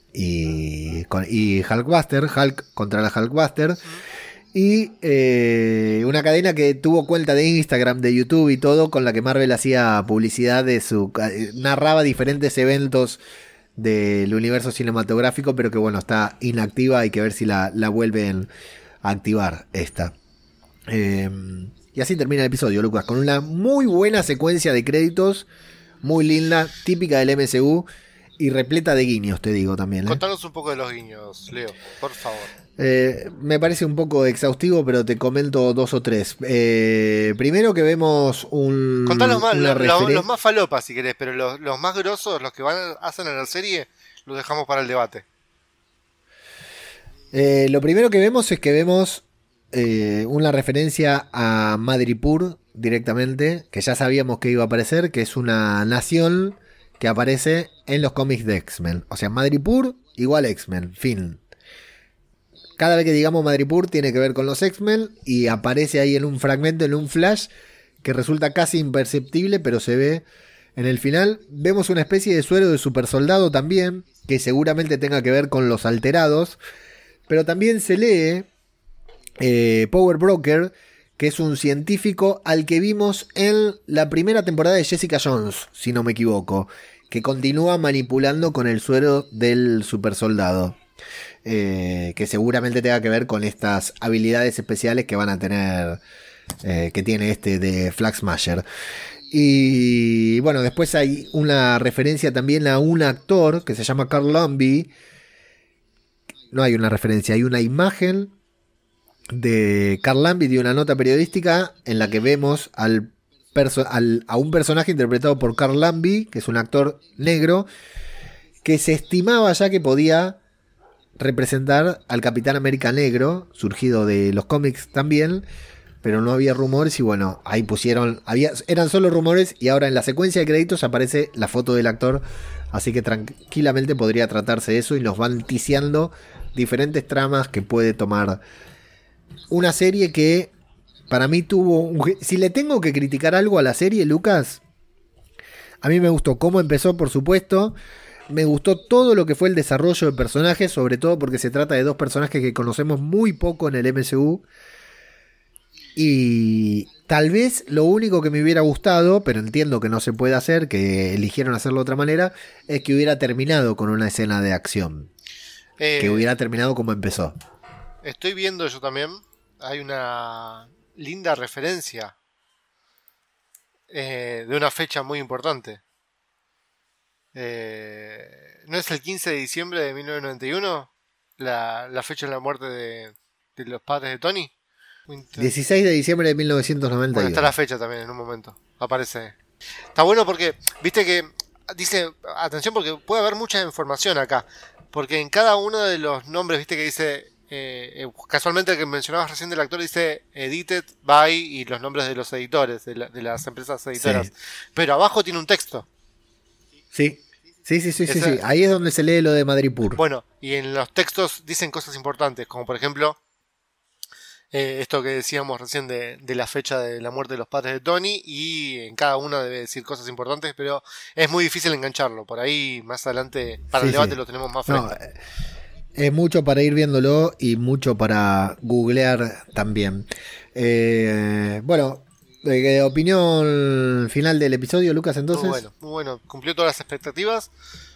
Hulkbuster, Hulk contra la Hulkbuster. Y una cadena que tuvo cuenta de Instagram, de YouTube y todo, con la que Marvel hacía publicidad de narraba diferentes eventos del universo cinematográfico, pero que bueno, está inactiva, hay que ver si la vuelven a activar esta. Y así termina el episodio, Lucas, con una muy buena secuencia de créditos, muy linda, típica del MCU y repleta de guiños, te digo también. Contanos un poco de los guiños, Leo, por favor. Me parece un poco exhaustivo, pero te comento dos o tres. Primero que vemos Contá los más falopas si querés, pero los más grosos, los que hacen en la serie, los dejamos para el debate. Lo primero que vemos es que vemos una referencia a Madripoor directamente, que ya sabíamos que iba a aparecer, que es una nación que aparece en los cómics de X-Men. O sea, Madripoor igual X-Men, fin. Cada vez que digamos Madripoor tiene que ver con los X-Men y aparece ahí en un fragmento, en un flash, que resulta casi imperceptible, pero se ve en el final. Vemos una especie de suero de supersoldado también, que seguramente tenga que ver con los alterados. Pero también se lee Power Broker, que es un científico al que vimos en la primera temporada de Jessica Jones, si no me equivoco, que continúa manipulando con el suero del supersoldado. Que seguramente tenga que ver con estas habilidades especiales que van a tener, que tiene este de Flag Smasher. Y bueno, después hay una referencia también a un actor que se llama Carl Lumbly. No hay una referencia, hay una imagen de Carl Lumbly de una nota periodística en la que vemos a un personaje interpretado por Carl Lumbly, que es un actor negro, que se estimaba ya que podía representar al Capitán América negro, surgido de los cómics también, pero no había rumores y bueno, ahí eran solo rumores y ahora en la secuencia de créditos aparece la foto del actor, así que tranquilamente podría tratarse de eso y nos van ticiando diferentes tramas que puede tomar una serie que para mí si le tengo que criticar algo a la serie, Lucas, a mí me gustó cómo empezó, por supuesto. Me gustó todo lo que fue el desarrollo de personajes, sobre todo porque se trata de dos personajes que conocemos muy poco en el MCU. Y tal vez lo único que me hubiera gustado, pero entiendo que no se puede hacer, que eligieron hacerlo de otra manera, es que hubiera terminado con una escena de acción. Que hubiera terminado como empezó. Estoy viendo yo también hay una linda referencia de una fecha muy importante. ¿No es el 15 de diciembre de 1991 la fecha de la muerte de los padres de Tony? 16 de diciembre de 1991. Bueno, está la fecha también en un momento. Aparece. Está bueno porque, viste que dice, atención porque puede haber mucha información acá. Porque en cada uno de los nombres, viste que dice, casualmente el que mencionabas recién del actor dice edited by y los nombres de los editores, de las empresas editoras. Sí. Pero abajo tiene un texto. Sí. Sí. Ahí es donde se lee lo de Madripoor. Bueno, y en los textos dicen cosas importantes, como por ejemplo, esto que decíamos recién de la fecha de la muerte de los padres de Tony, y en cada uno debe decir cosas importantes, pero es muy difícil engancharlo. Por ahí más adelante para el debate lo tenemos más fresco. Es mucho para ir viéndolo y mucho para googlear también. Bueno, opinión final del episodio, Lucas, entonces. Muy bueno, cumplió todas las expectativas.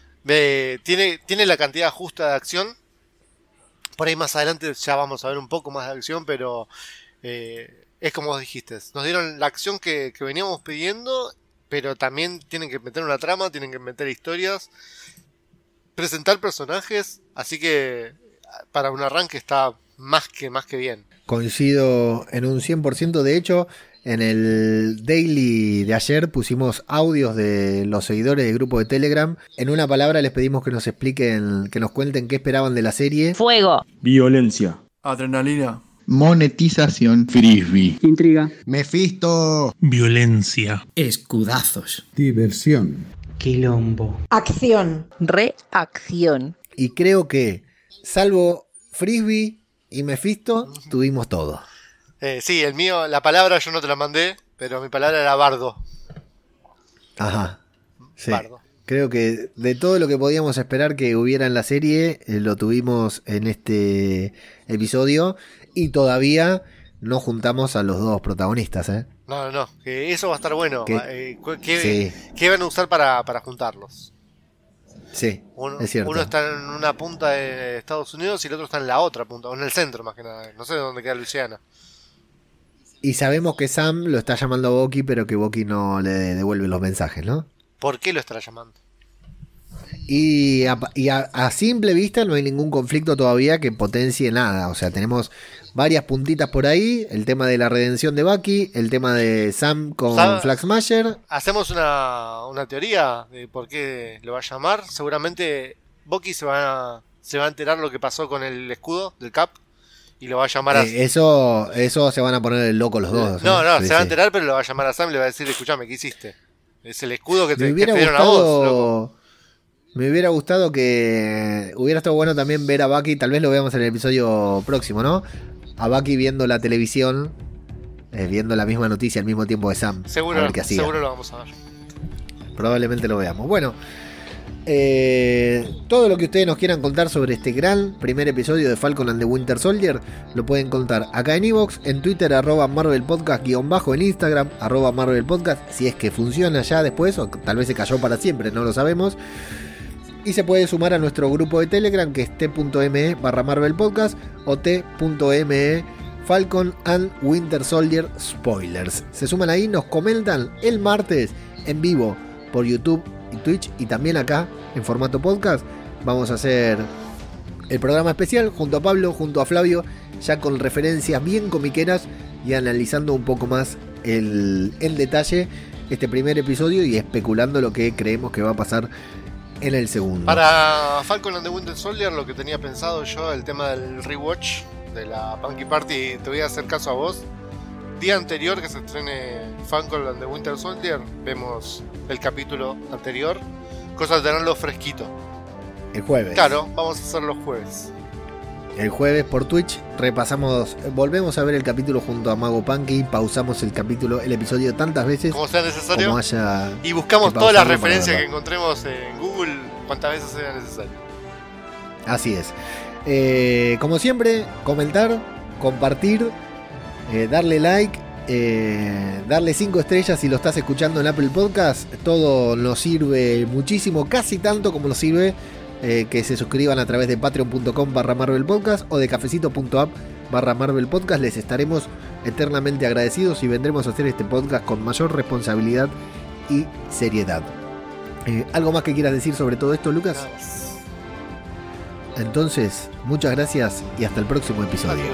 Tiene la cantidad justa de acción. Por ahí más adelante ya vamos a ver un poco más de acción, pero es como vos dijiste. Nos dieron la acción que veníamos pidiendo, pero también tienen que meter una trama, tienen que meter historias, presentar personajes, así que para un arranque está más que bien. Coincido en un 100%, de hecho, en el daily de ayer pusimos audios de los seguidores del grupo de Telegram. En una palabra les pedimos que nos expliquen, que nos cuenten qué esperaban de la serie. Fuego. Violencia. Adrenalina. Monetización. Frisbee. Intriga. Mephisto. Violencia. Escudazos. Diversión. Quilombo. Acción. Reacción. Y creo que, salvo Frisbee y Mephisto, tuvimos todo. Sí, el mío, la palabra yo no te la mandé, pero mi palabra era bardo. Ajá. Sí. Bardo. Creo que de todo lo que podíamos esperar que hubiera en la serie, lo tuvimos en este episodio. Y todavía no juntamos a los dos protagonistas, ¿eh? No, que eso va a estar bueno. Sí. ¿Qué van a usar para juntarlos? Sí, es cierto. Uno está en una punta de Estados Unidos y el otro está en la otra punta, o en el centro más que nada. No sé dónde queda Luisiana. Y sabemos que Sam lo está llamando a Bucky, pero que Bucky no le devuelve los mensajes, ¿no? ¿Por qué lo estará llamando? Y a simple vista no hay ningún conflicto todavía que potencie nada. O sea, tenemos varias puntitas por ahí. El tema de la redención de Bucky, el tema de Sam con Flag Smasher. Hacemos una teoría de por qué lo va a llamar. Seguramente Bucky se va a enterar lo que pasó con el escudo del Cap. Y lo va a llamar a... Eso se van a poner loco los dos. No, sí, se va a enterar, pero lo va a llamar a Sam y le va a decir, escúchame, ¿qué hiciste? Es el escudo que te dieron a vos, loco. Me hubiera gustado que... Hubiera estado bueno también ver a Bucky, tal vez lo veamos en el episodio próximo, ¿no? A Bucky viendo la televisión, viendo la misma noticia al mismo tiempo de Sam. Seguro, a ver qué hacía. Seguro lo vamos a ver. Probablemente lo veamos. Bueno, todo lo que ustedes nos quieran contar sobre este gran primer episodio de Falcon and the Winter Soldier lo pueden contar acá en iVoox, en Twitter @MarvelPodcast _, en Instagram @MarvelPodcast, si es que funciona ya después o tal vez se cayó para siempre, no lo sabemos. Y se puede sumar a nuestro grupo de Telegram, que es t.me/MarvelPodcast o t.me Falcon and Winter Soldier Spoilers. Se suman ahí, nos comentan el martes en vivo por YouTube y Twitch, y también acá en formato podcast. Vamos a hacer el programa especial junto a Pablo, junto a Flavio, ya con referencias bien comiqueras y analizando un poco más en detalle este primer episodio y especulando lo que creemos que va a pasar en el segundo. Para Falcon and the Winter Soldier, lo que tenía pensado yo, el tema del rewatch de la Punky Party, te voy a hacer caso a vos. Día anterior que se estrene Falcon and the Winter Soldier, vemos el capítulo anterior, cosa de tenerlo fresquito. El jueves. Claro, vamos a hacer los jueves. El jueves por Twitch repasamos, volvemos a ver el capítulo junto a Mago Punky, pausamos el episodio tantas veces como sea necesario, como haya, y buscamos todas las referencias que encontremos en Google cuantas veces sea necesario. Así es. Como siempre, comentar, compartir, darle like, darle 5 estrellas si lo estás escuchando en Apple Podcast. Todo nos sirve muchísimo, casi tanto como nos sirve que se suscriban a través de patreon.com/MarvelPodcast o de cafecito.app patreon.com/Marvel Podcast. Les estaremos eternamente agradecidos y vendremos a hacer este podcast con mayor responsabilidad y seriedad. ¿Algo más que quieras decir sobre todo esto, Lucas? Entonces, muchas gracias y hasta el próximo episodio.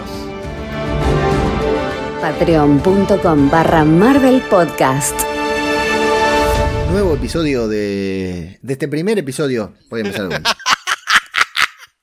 Patreon.com/Marvel Podcast. Nuevo episodio de este primer episodio. Voy a empezar